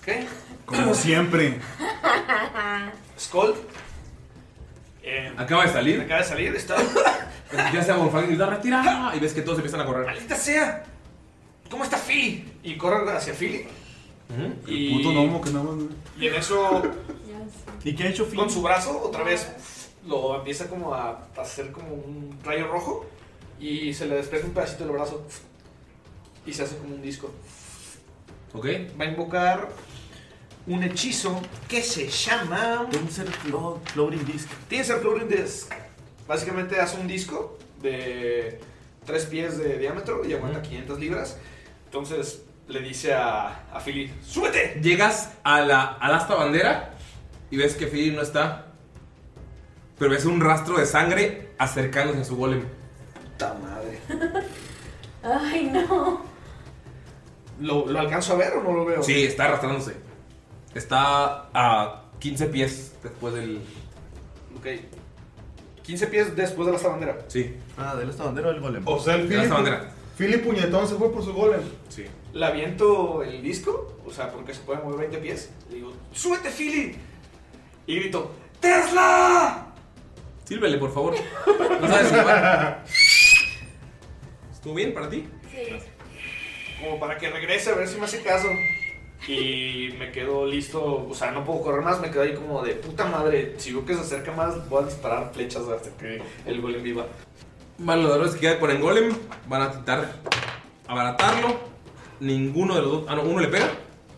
¿Qué? Como siempre. Skull. Eh, Acaba de salir. Acaba de salir, está. Ya sea Von Falken y la retira. Y ves que todos empiezan a correr. ¡Maldita sea! ¿Cómo está Philly? Y corren hacia Philly. Uh-huh. Y, puto gnomo que nada más. y en eso, ¿Y qué ha hecho Philly? con su brazo, otra vez lo empieza como a hacer como un rayo rojo. Y se le desprende un pedacito del brazo. Y se hace como un disco. Ok. Va a invocar un hechizo que se llama Tensor Flo- Floating Disc. Tensor Floating Disc. Básicamente hace un disco de tres pies de diámetro y aguanta quinientas libras. Entonces le dice a, a Philly, ¡súbete! Llegas a la al asta bandera y ves que Philly no está. Pero ves un rastro de sangre acercándose a su golem. ¡Puta madre! Ay, no. ¿Lo, ¿Lo alcanzo a ver o no lo veo? Sí, está arrastrándose. Está a quince pies después del... Ok. quince pies después de la bandera. Sí. Ah, de esta bandera del golem. O sea, el De la Philly, bandera. Philly puñetón se fue por su golem. Sí. Le aviento el disco, o sea, porque se puede mover veinte pies. Le digo, ¡súbete, Philly! Y grito, ¡Tesla! Sílvele, por favor. No sabes silbar. ¿Estuvo bien para ti? Sí. Como para que regrese a ver si me hace caso. Y me quedo listo, o sea, no puedo correr más, me quedo ahí como de puta madre. Si veo que se acerca más, voy a disparar flechas hasta que el golem viva. Vale, los dolores que quedan con el golem van a intentar abaratarlo. Ninguno de los dos. Ah, no, uno le pega.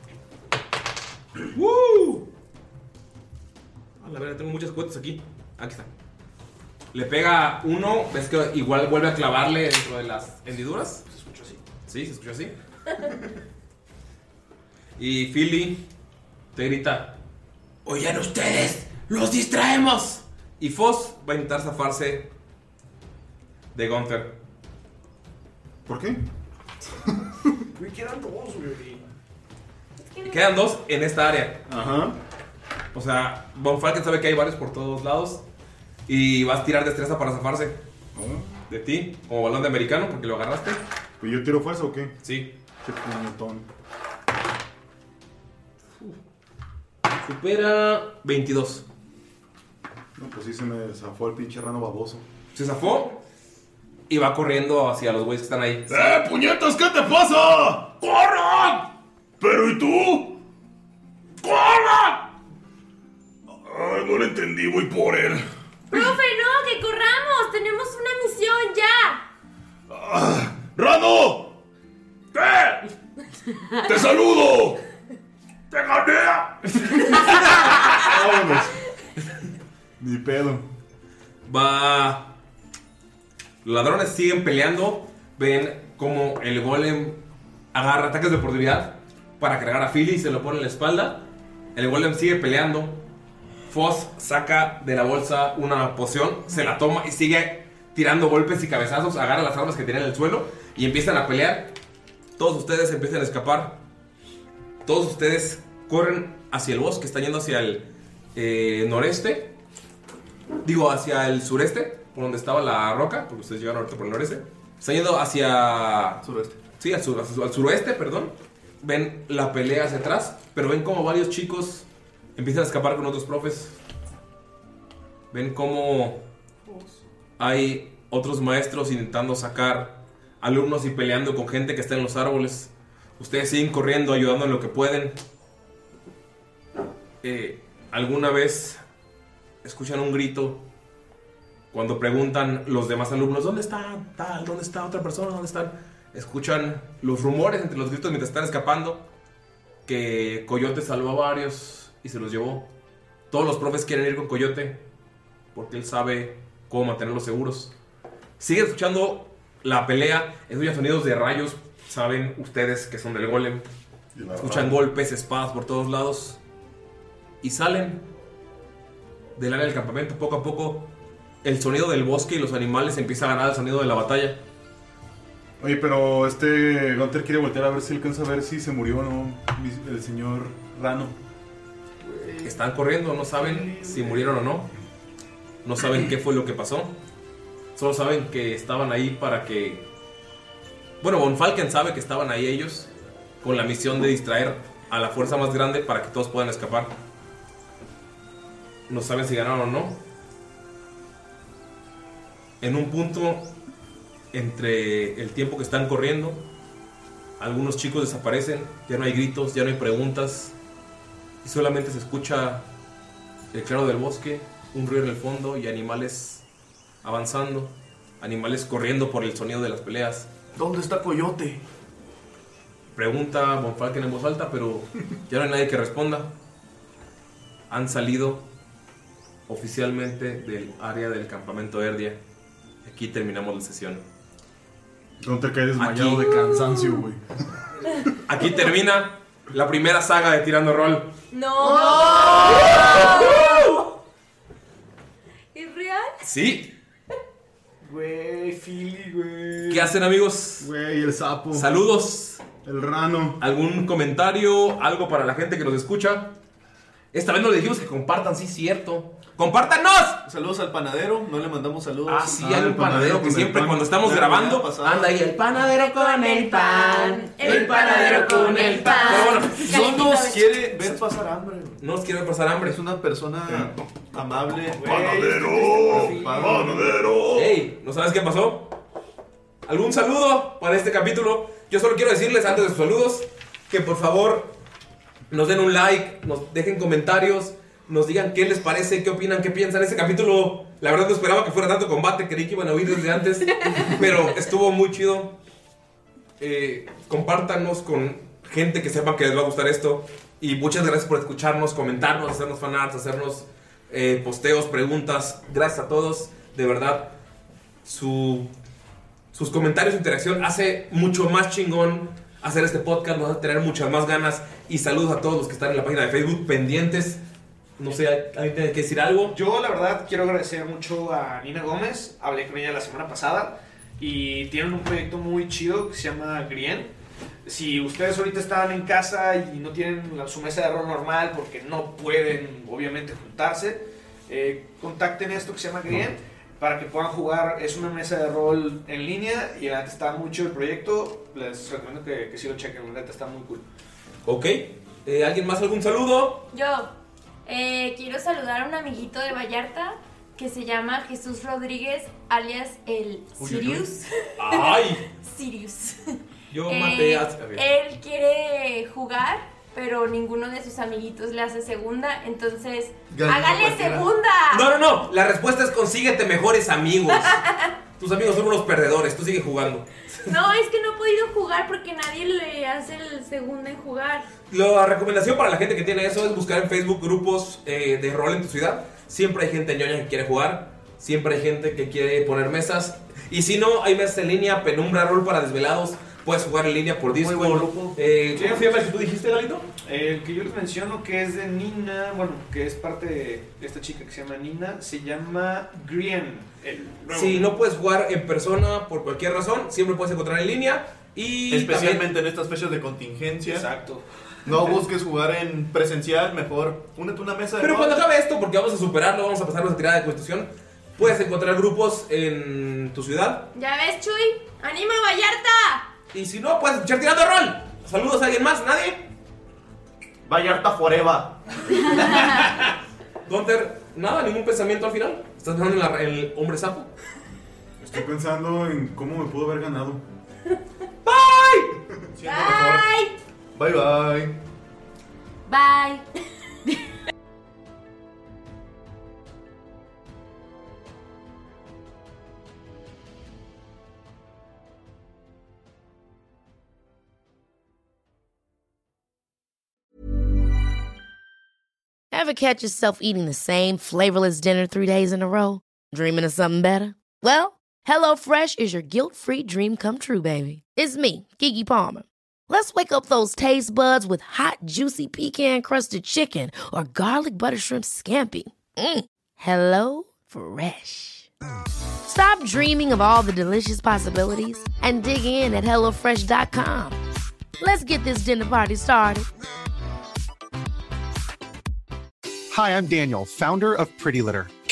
¡Woo! A la verdad, tengo muchas cuentas aquí. Aquí está. Le pega uno, ves que igual vuelve a clavarle dentro de las hendiduras. Se escucha así. Sí, se escucha así. Y Philly te grita: ¡Oigan ustedes! ¡Los distraemos! Y Foss va a intentar zafarse de Gunther. ¿Por qué? Me quedan dos, güey. Y quedan dos en esta área. Ajá. O sea, Von Falken sabe que hay varios por todos lados. Y vas a tirar destreza para zafarse de ti, como balón de americano, porque lo agarraste. ¿Y yo tiro fuerza o qué? Sí. Qué puñetón. Supera veintidós. No, pues sí se me zafó el pinche rano baboso. Se zafó y va corriendo hacia los güeyes que están ahí. ¡Eh, puñetas! ¿Qué te pasa? ¡Corran! ¿Pero y tú? ¡Corran! Ah, no lo entendí, voy por él. ¡Profe, no! ¡Que corramos! ¡Tenemos una misión ya! Ah, ¡Rano! ¿Qué? ¡Te saludo! ¡Te gané! Vámonos. Ni pedo. Va. Los ladrones siguen peleando. Ven como el golem agarra ataques de oportunidad para cargar a Philly y se lo pone en la espalda. El golem sigue peleando. Foss saca de la bolsa una poción, se la toma y sigue tirando golpes y cabezazos. Agarra las armas que tiene en el suelo y empiezan a pelear. Todos ustedes empiezan a escapar. Todos ustedes corren hacia el bosque, están yendo hacia el eh, noreste. Digo, hacia el sureste, por donde estaba la roca, porque ustedes llegaron ahorita por el noreste. Están yendo hacia... Suroeste. Sí, al, sur, al suroeste, perdón. Ven la pelea hacia atrás, pero ven como varios chicos empiezan a escapar con otros profes. Ven como hay otros maestros intentando sacar alumnos y peleando con gente que está en los árboles. Ustedes siguen corriendo, ayudando en lo que pueden. Eh, ¿Alguna vez escuchan un grito cuando preguntan los demás alumnos ¿dónde está tal? ¿Dónde está otra persona? ¿Dónde están? Escuchan los rumores entre los gritos mientras están escapando que Coyote salvó a varios y se los llevó. Todos los profes quieren ir con Coyote porque él sabe cómo mantenerlos seguros. Siguen escuchando la pelea, escuchan sonidos de rayos. Saben ustedes que son del golem. Escuchan golpes, espadas por todos lados. Y salen del área del campamento. Poco a poco el sonido del bosque y los animales empieza a ganar el sonido de la batalla. Oye, pero este Gunther quiere voltear a ver si alcanza a ver si se murió o no el señor Rano. Están corriendo, no saben si murieron o no. No saben qué fue lo que pasó. Solo saben que estaban ahí para que... Bueno, Von Falken sabe que estaban ahí ellos con la misión de distraer a la fuerza más grande para que todos puedan escapar. No saben si ganaron o no. En un punto entre el tiempo que están corriendo, algunos chicos desaparecen, ya no hay gritos, ya no hay preguntas y solamente se escucha el claro del bosque, un ruido en el fondo y animales avanzando, animales corriendo por el sonido de las peleas. ¿Dónde está Coyote? Pregunta Von Falken en voz alta, pero ya no hay nadie que responda. Han salido oficialmente del área del campamento Erdia. Aquí terminamos la sesión. No te quedes desmayado Aquí. de cansancio, güey. Aquí termina la primera saga de Tirando Rol. ¡No! ¿Es real? Sí. Güey, Philly, güey. ¿Qué hacen, amigos? Güey, el sapo. Saludos. El rano. ¿Algún comentario? ¿Algo para la gente que nos escucha? Esta vez no le dijimos que compartan, sí, cierto. ¡Compártanos! Saludos al panadero, no le mandamos saludos. Ah, sí, hay un panadero que siempre cuando estamos grabando anda ahí el panadero con el pan, el panadero con el pan. Pero bueno, no nos quiere ver pasar hambre. No nos quiere ver pasar hambre. Es una persona amable. ¡Panadero! ¡Panadero! Ey, ¿no sabes qué pasó? ¿Algún saludo para este capítulo? Yo solo quiero decirles antes de sus saludos que por favor nos den un like, nos dejen comentarios, nos digan qué les parece, qué opinan, qué piensan. Este capítulo, la verdad no esperaba que fuera tanto combate, creí que iban a oír desde antes, pero estuvo muy chido. Eh, compártanos con gente que sepan que les va a gustar esto. Y muchas gracias por escucharnos, comentarnos, hacernos fanarts, hacernos eh, posteos, preguntas. Gracias a todos, de verdad. Su, sus comentarios, interacción hace mucho más chingón hacer este podcast. Nos va a tener muchas más ganas. Y saludos a todos los que están en la página de Facebook pendientes. No sé, ¿alguien tiene que decir algo? Yo, la verdad, quiero agradecer mucho a Nina Gómez. Hablé con ella la semana pasada y tienen un proyecto muy chido que se llama Grien. Si ustedes ahorita están en casa y no tienen la, su mesa de rol normal porque no pueden, obviamente, juntarse, eh, contacten esto que se llama Grien para que puedan jugar. Es una mesa de rol en línea y la neta está mucho el proyecto. Les recomiendo que, que sí lo chequen, la neta está muy cool. Ok, eh, ¿alguien más algún saludo? Yo eh, quiero saludar a un amiguito de Vallarta que se llama Jesús Rodríguez, alias el Sirius. ¡Ay! Sirius. Yo Eh, maté a... a ver. Él quiere jugar, pero ninguno de sus amiguitos le hace segunda, entonces Ganó ¡hágale cualquiera. segunda! No, no, no, la respuesta es consíguete mejores amigos. Tus amigos son unos perdedores, tú sigue jugando. No, es que no he podido jugar porque nadie le hace el segunda en jugar. La recomendación para la gente que tiene eso es buscar en Facebook grupos eh, de rol en tu ciudad. Siempre hay gente ñoña que quiere jugar, siempre hay gente que quiere poner mesas. Y si no, hay mesas en línea, Penumbra Rol para desvelados. Puedes jugar en línea por Discord. Muy buen grupo. Eh, ¿Cómo se llama el que tú dijiste, Galito? El que yo les menciono que es de Nina, bueno, que es parte de esta chica que se llama Nina, se llama Grien. El nuevo. Si no puedes jugar en persona por cualquier razón, siempre puedes encontrar en línea. Y Especialmente también- en estas fechas de contingencia. Exacto. No busques jugar en presencial, mejor únete a una mesa de Pero rol. cuando acabe esto, porque vamos a superarlo, vamos a pasar nuestra tirada de constitución, puedes encontrar grupos en tu ciudad. ¿Ya ves, Chuy? ¡Anima, Vallarta! Y si no, puedes escuchar Tirando Rol. Saludos a alguien más, ¿nadie? Vallarta forever. Gunter, nada, ningún pensamiento al final. ¿Estás pensando en, la- en el hombre sapo? Estoy pensando en cómo me pudo haber ganado. ¡Bye! Siendo mejor. ¡Bye! Bye bye. Bye. Ever catch yourself eating the same flavorless dinner three days in a row? Dreaming of something better? Well, HelloFresh is your guilt-free dream come true, baby. It's me, Keke Palmer. Let's wake up those taste buds with hot, juicy pecan-crusted chicken or garlic butter shrimp scampi. Mm. Hello Fresh. Stop dreaming of all the delicious possibilities and dig in at hello fresh dot com. Let's get this dinner party started. Hi, I'm Daniel, founder of Pretty Litter.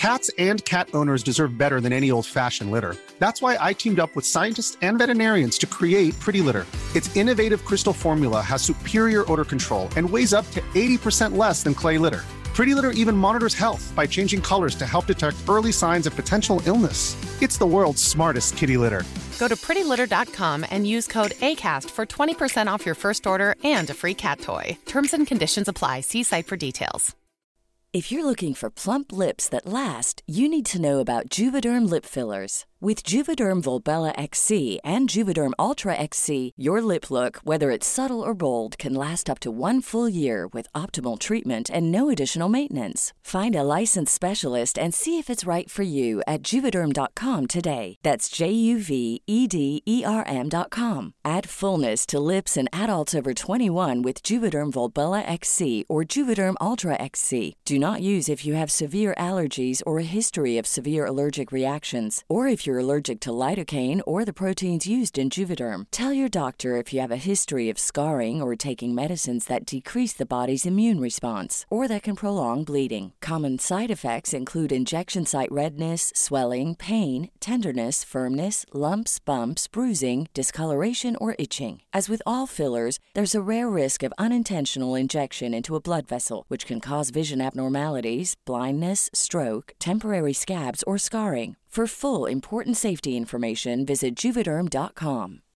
Cats and cat owners deserve better than any old-fashioned litter. That's why I teamed up with scientists and veterinarians to create Pretty Litter. Its innovative crystal formula has superior odor control and weighs up to eighty percent less than clay litter. Pretty Litter even monitors health by changing colors to help detect early signs of potential illness. It's the world's smartest kitty litter. Go to pretty litter dot com and use code ACAST for twenty percent off your first order and a free cat toy. Terms and conditions apply. See site for details. If you're looking for plump lips that last, you need to know about Juvederm lip fillers. With Juvederm Volbella X C and Juvederm Ultra X C, your lip look, whether it's subtle or bold, can last up to one full year with optimal treatment and no additional maintenance. Find a licensed specialist and see if it's right for you at Juvederm dot com today. That's J U V E D E R M dot com. Add fullness to lips in adults over twenty-one with Juvederm Volbella X C or Juvederm Ultra X C. Do not use if you have severe allergies or a history of severe allergic reactions, or if you're allergic to lidocaine or the proteins used in Juvederm. Tell your doctor if you have a history of scarring or taking medicines that decrease the body's immune response or that can prolong bleeding. Common side effects include injection site redness, swelling, pain, tenderness, firmness, lumps, bumps, bruising, discoloration, or itching. As with all fillers, there's a rare risk of unintentional injection into a blood vessel, which can cause vision abnormalities, blindness, stroke, temporary scabs, or scarring. For full, important safety information, visit Juvederm dot com.